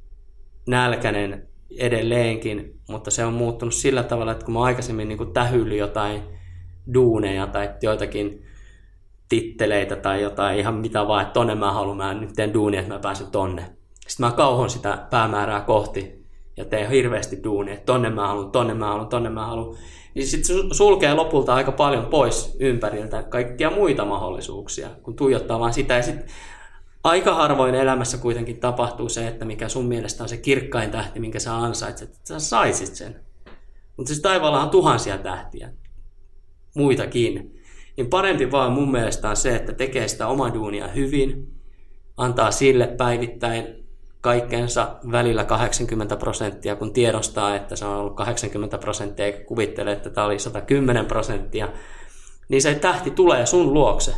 Speaker 2: nälkäinen edelleenkin, mutta se on muuttunut sillä tavalla, että kun mä aikaisemmin niin kuin tähyillyt jotain duuneja tai joitakin titteleitä tai jotain ihan mitä vaan, että tonne mä haluan, mä nyt teen duunia, että mä pääsen tonne. Sitten mä kauhon sitä päämäärää kohti ja teen hirveästi duunia, että tonne mä haluan, tonne mä haluan, tonne mä haluan. Niin sitten sulkee lopulta aika paljon pois ympäriltä kaikkia muita mahdollisuuksia, kun tuijottaa vaan sitä. Ja sitten aika harvoin elämässä kuitenkin tapahtuu se, että mikä sun mielestä on se kirkkain tähti, minkä sä ansaitset, että sä saisit sen. Mutta siis taivaalla on tuhansia tähtiä, muitakin. Niin parempi vaan mun mielestä on se, että tekee sitä omaa duunia hyvin, antaa sille päivittäin kaikkensa välillä kahdeksankymmentä prosenttia, kun tiedostaa, että se on ollut kahdeksankymmentä prosenttia, eikä kuvittele, että tämä oli sata kymmenen prosenttia, niin se tähti tulee sun luokse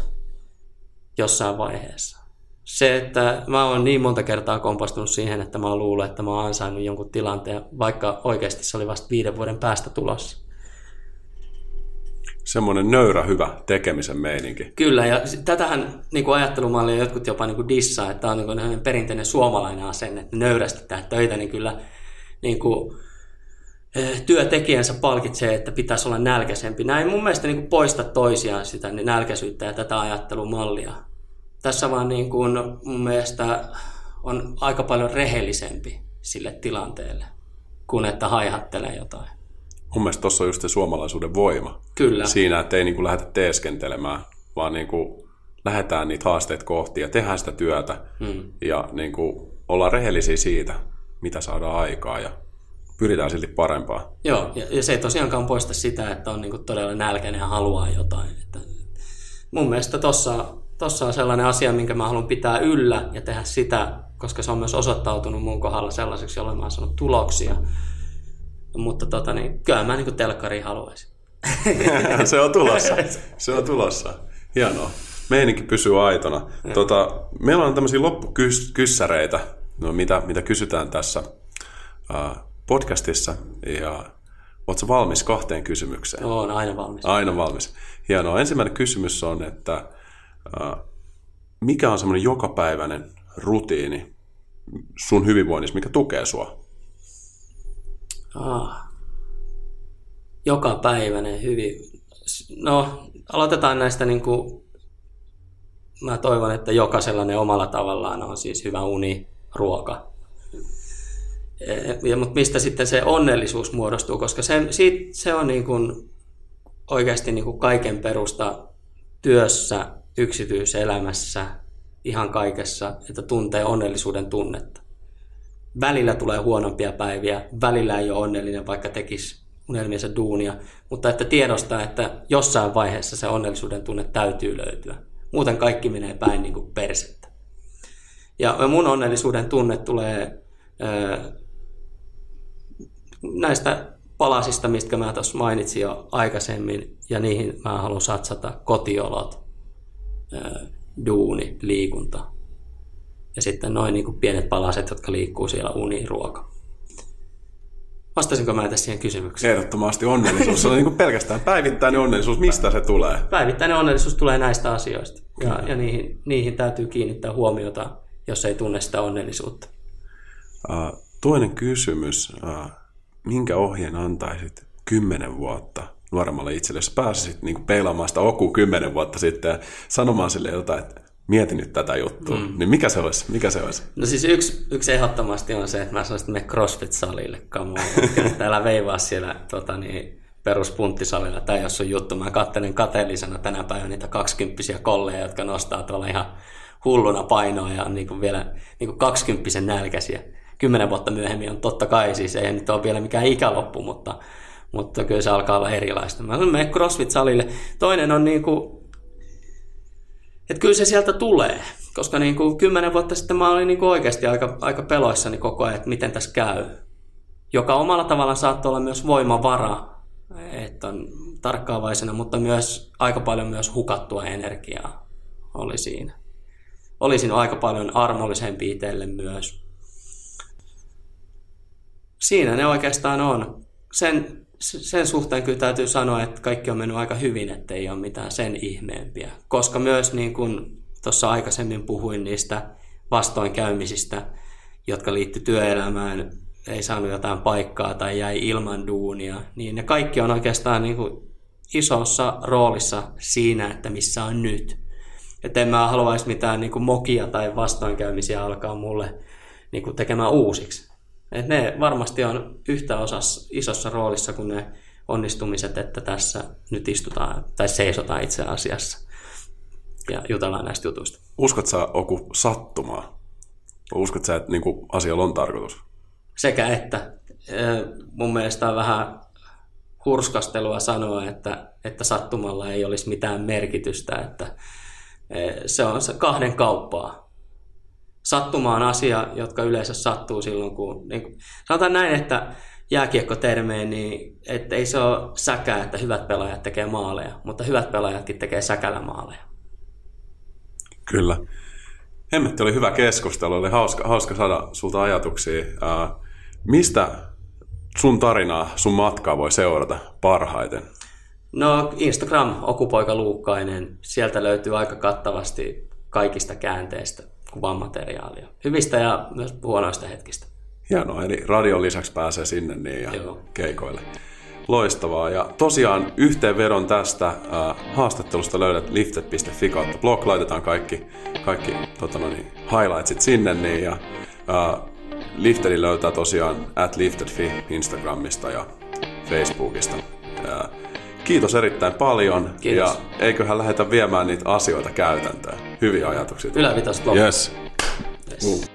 Speaker 2: jossain vaiheessa. Se, että mä oon niin monta kertaa kompastunut siihen, että mä luulen, että mä oon ansainnut jonkun tilanteen, vaikka oikeasti se oli vasta viiden vuoden päästä tulossa.
Speaker 1: semmoinen nöyrä hyvä tekemisen meininki.
Speaker 2: Kyllä, ja tätähän niin kuin ajattelumallia jotkut jopa niin kuin dissaa, että tämä on niin kuin perinteinen suomalainen asenne, että nöyrästetään töitä, niin kyllä niin kuin, työtekijänsä palkitsee, että pitäisi olla nälkäisempi. Nämä ei mun mielestä niin kuin poista toisiaan sitä niin nälkäisyyttä ja tätä ajattelumallia. Tässä vaan niin kuin mun mielestä on aika paljon rehellisempi sille tilanteelle, kuin että haihattelee jotain.
Speaker 1: Mun mielestä tuossa on just se suomalaisuuden voima.
Speaker 2: Kyllä.
Speaker 1: Siinä, että ei niin kuin lähdetä teeskentelemään, vaan niin kuin lähdetään niitä haasteita kohti ja tehdään sitä työtä. Hmm. Ja niin kuin ollaan rehellisiä siitä, mitä saadaan aikaa ja pyritään silti parempaa.
Speaker 2: Joo, ja, ja se ei tosiaankaan poista sitä, että on niin kuin todella nälkäinen ja haluaa jotain. Että mun mielestä tossa, tossa on sellainen asia, minkä mä haluan pitää yllä ja tehdä sitä, koska se on myös osoittautunut mun kohdalla sellaiseksi, jolle mä oon saanut tuloksia. Mutta tota, niin, kyllä mä niin kuin telkkariin haluaisin.
Speaker 1: Se on tulossa. Se on tulossa. Hienoa. Meininki pysyy aitona. Tota, meillä on tämmöisiä loppukyssäreitä, no, mitä, mitä kysytään tässä uh, podcastissa. Ja ootko valmis kahteen kysymykseen?
Speaker 2: Oon aina valmis.
Speaker 1: Aina valmis. Hienoa. Ensimmäinen kysymys on, että uh, mikä on semmoinen jokapäiväinen rutiini sun hyvinvoinnissa, mikä tukee sua?
Speaker 2: Ah. Jokapäiväinen hyvin. No, aloitetaan näistä niin kuin, mä toivon, että jokaisella ne omalla tavallaan on siis hyvä uni, ruoka. Ja, mutta mistä sitten se onnellisuus muodostuu, koska se, siitä, se on niin kuin oikeasti niin kuin kaiken perusta työssä, yksityiselämässä, ihan kaikessa, että tuntee onnellisuuden tunnetta. Välillä tulee huonompia päiviä, välillä ei ole onnellinen, vaikka tekisi unelmiensa duunia, mutta että tiedostaa, että jossain vaiheessa se onnellisuuden tunne täytyy löytyä. Muuten kaikki menee päin niin kuin persettä. Ja mun onnellisuuden tunne tulee ää, näistä palasista, mistä mä tuossa mainitsin jo aikaisemmin, ja niihin mä haluan satsata: kotiolot, ää, duuni, liikunta. Ja sitten noin niin kuin pienet palaset, jotka liikkuu siellä, uni, ruoka. Vastasinko mä tässä siihen kysymykseen?
Speaker 1: Ehdottomasti onnellisuus. Se on niin kuin pelkästään päivittäinen onnellisuus. Mistä se tulee?
Speaker 2: Päivittäinen onnellisuus tulee näistä asioista. Ja, ja niihin, niihin täytyy kiinnittää huomiota, jos ei tunne sitä onnellisuutta.
Speaker 1: Uh, toinen kysymys. Uh, minkä ohjeen antaisit kymmenen vuotta nuoremmalle itselle, jos pääsisit niin kuin peilaamaan sitä Okua kymmenen vuotta sitten ja sanomaan sille jotain, että mieti nyt tätä juttua, mm. niin mikä se olisi? Mikä se olisi?
Speaker 2: No siis yksi, yksi ehdottomasti on se, että mä sanoisin, että mene CrossFit-salille. Täällä veivaa siellä tota, niin, peruspunttisalilla. Tai jos on juttu, mä katselen kateellisena tänä päivänä niitä kaksikymppisiä kolleja, jotka nostaa tuolla ihan hulluna painoa ja on niin kuin vielä niin kuin kaksikymppisen nälkäisiä. Kymmenen vuotta myöhemmin on totta kai, siis ei nyt ole vielä mikään ikäloppu, mutta, mutta kyllä se alkaa olla erilaista. Mä sanon, mene CrossFit-salille. Toinen on niin kuin, että kyllä se sieltä tulee, koska niin kuin kymmenen vuotta sitten mä olin niin kuin oikeasti aika, aika peloissani koko ajan, että miten tässä käy. Joka omalla tavallaan saattoi olla myös voimavara, että on tarkkaavaisena, mutta myös aika paljon myös hukattua energiaa oli siinä. Olisin aika paljon armollisempi itselle myös. Siinä ne oikeastaan on. Sen, sen suhteen kyllä täytyy sanoa, että kaikki on mennyt aika hyvin, ettei ole mitään sen ihmeempiä. Koska myös niin kuin tuossa aikaisemmin puhuin niistä vastoinkäymisistä, jotka liittyy työelämään, ei saanut jotain paikkaa tai jäi ilman duunia, niin ne kaikki on oikeastaan niin kuin isossa roolissa siinä, että missä on nyt. Että en mä haluaisi mitään niin kuin mokia tai vastoinkäymisiä alkaa mulle niin kuin tekemään uusiksi. Et ne varmasti on yhtä osassa, isossa roolissa kuin ne onnistumiset, että tässä nyt istutaan tai seisotaan itse asiassa ja jutellaan näistä jutuista.
Speaker 1: Uskot sä, Oku, sattumaa? Uskot sä, että niin kuin asialla on tarkoitus?
Speaker 2: Sekä että. Mun mielestä on vähän hurskastelua sanoa, että, että sattumalla ei olisi mitään merkitystä. Että se on se kahden kauppaa. Sattuma on asia, jotka yleensä sattuu silloin, kun... Niin kuin, sanotaan näin, että jääkiekkotermeen, niin että ei se ole säkää, että hyvät pelaajat tekee maaleja, mutta hyvät pelaajatkin tekee säkällä maaleja.
Speaker 1: Kyllä. Hemmetti, oli hyvä keskustelu, oli hauska, hauska saada sulta ajatuksia. Uh, mistä sun tarinaa, sun matkaa voi seurata parhaiten?
Speaker 2: No Instagram, Okupoika Luukkainen, sieltä löytyy aika kattavasti kaikista käänteistä kuvamateriaalia. Hyvistä ja myös huonoista hetkistä.
Speaker 1: Hienoa, eli radion lisäksi pääsee sinne niin ja
Speaker 2: Joo.
Speaker 1: keikoille. Loistavaa. Ja tosiaan yhteenvedon tästä äh, haastattelusta löydät lifted piste fi kautta blog. Laitetaan kaikki, kaikki tota no niin, highlightsit sinne. Niin, ja äh, Liftedin löytää tosiaan at liftedfi Instagramista ja Facebookista. Äh, kiitos erittäin paljon.
Speaker 2: Kiitos.
Speaker 1: Ja eiköhän lähdetä viemään niitä asioita käytäntöön. Hyviä ajatuksia.
Speaker 2: Ylävitosta loppuun.
Speaker 1: Yes.
Speaker 2: Yes.
Speaker 1: Uh.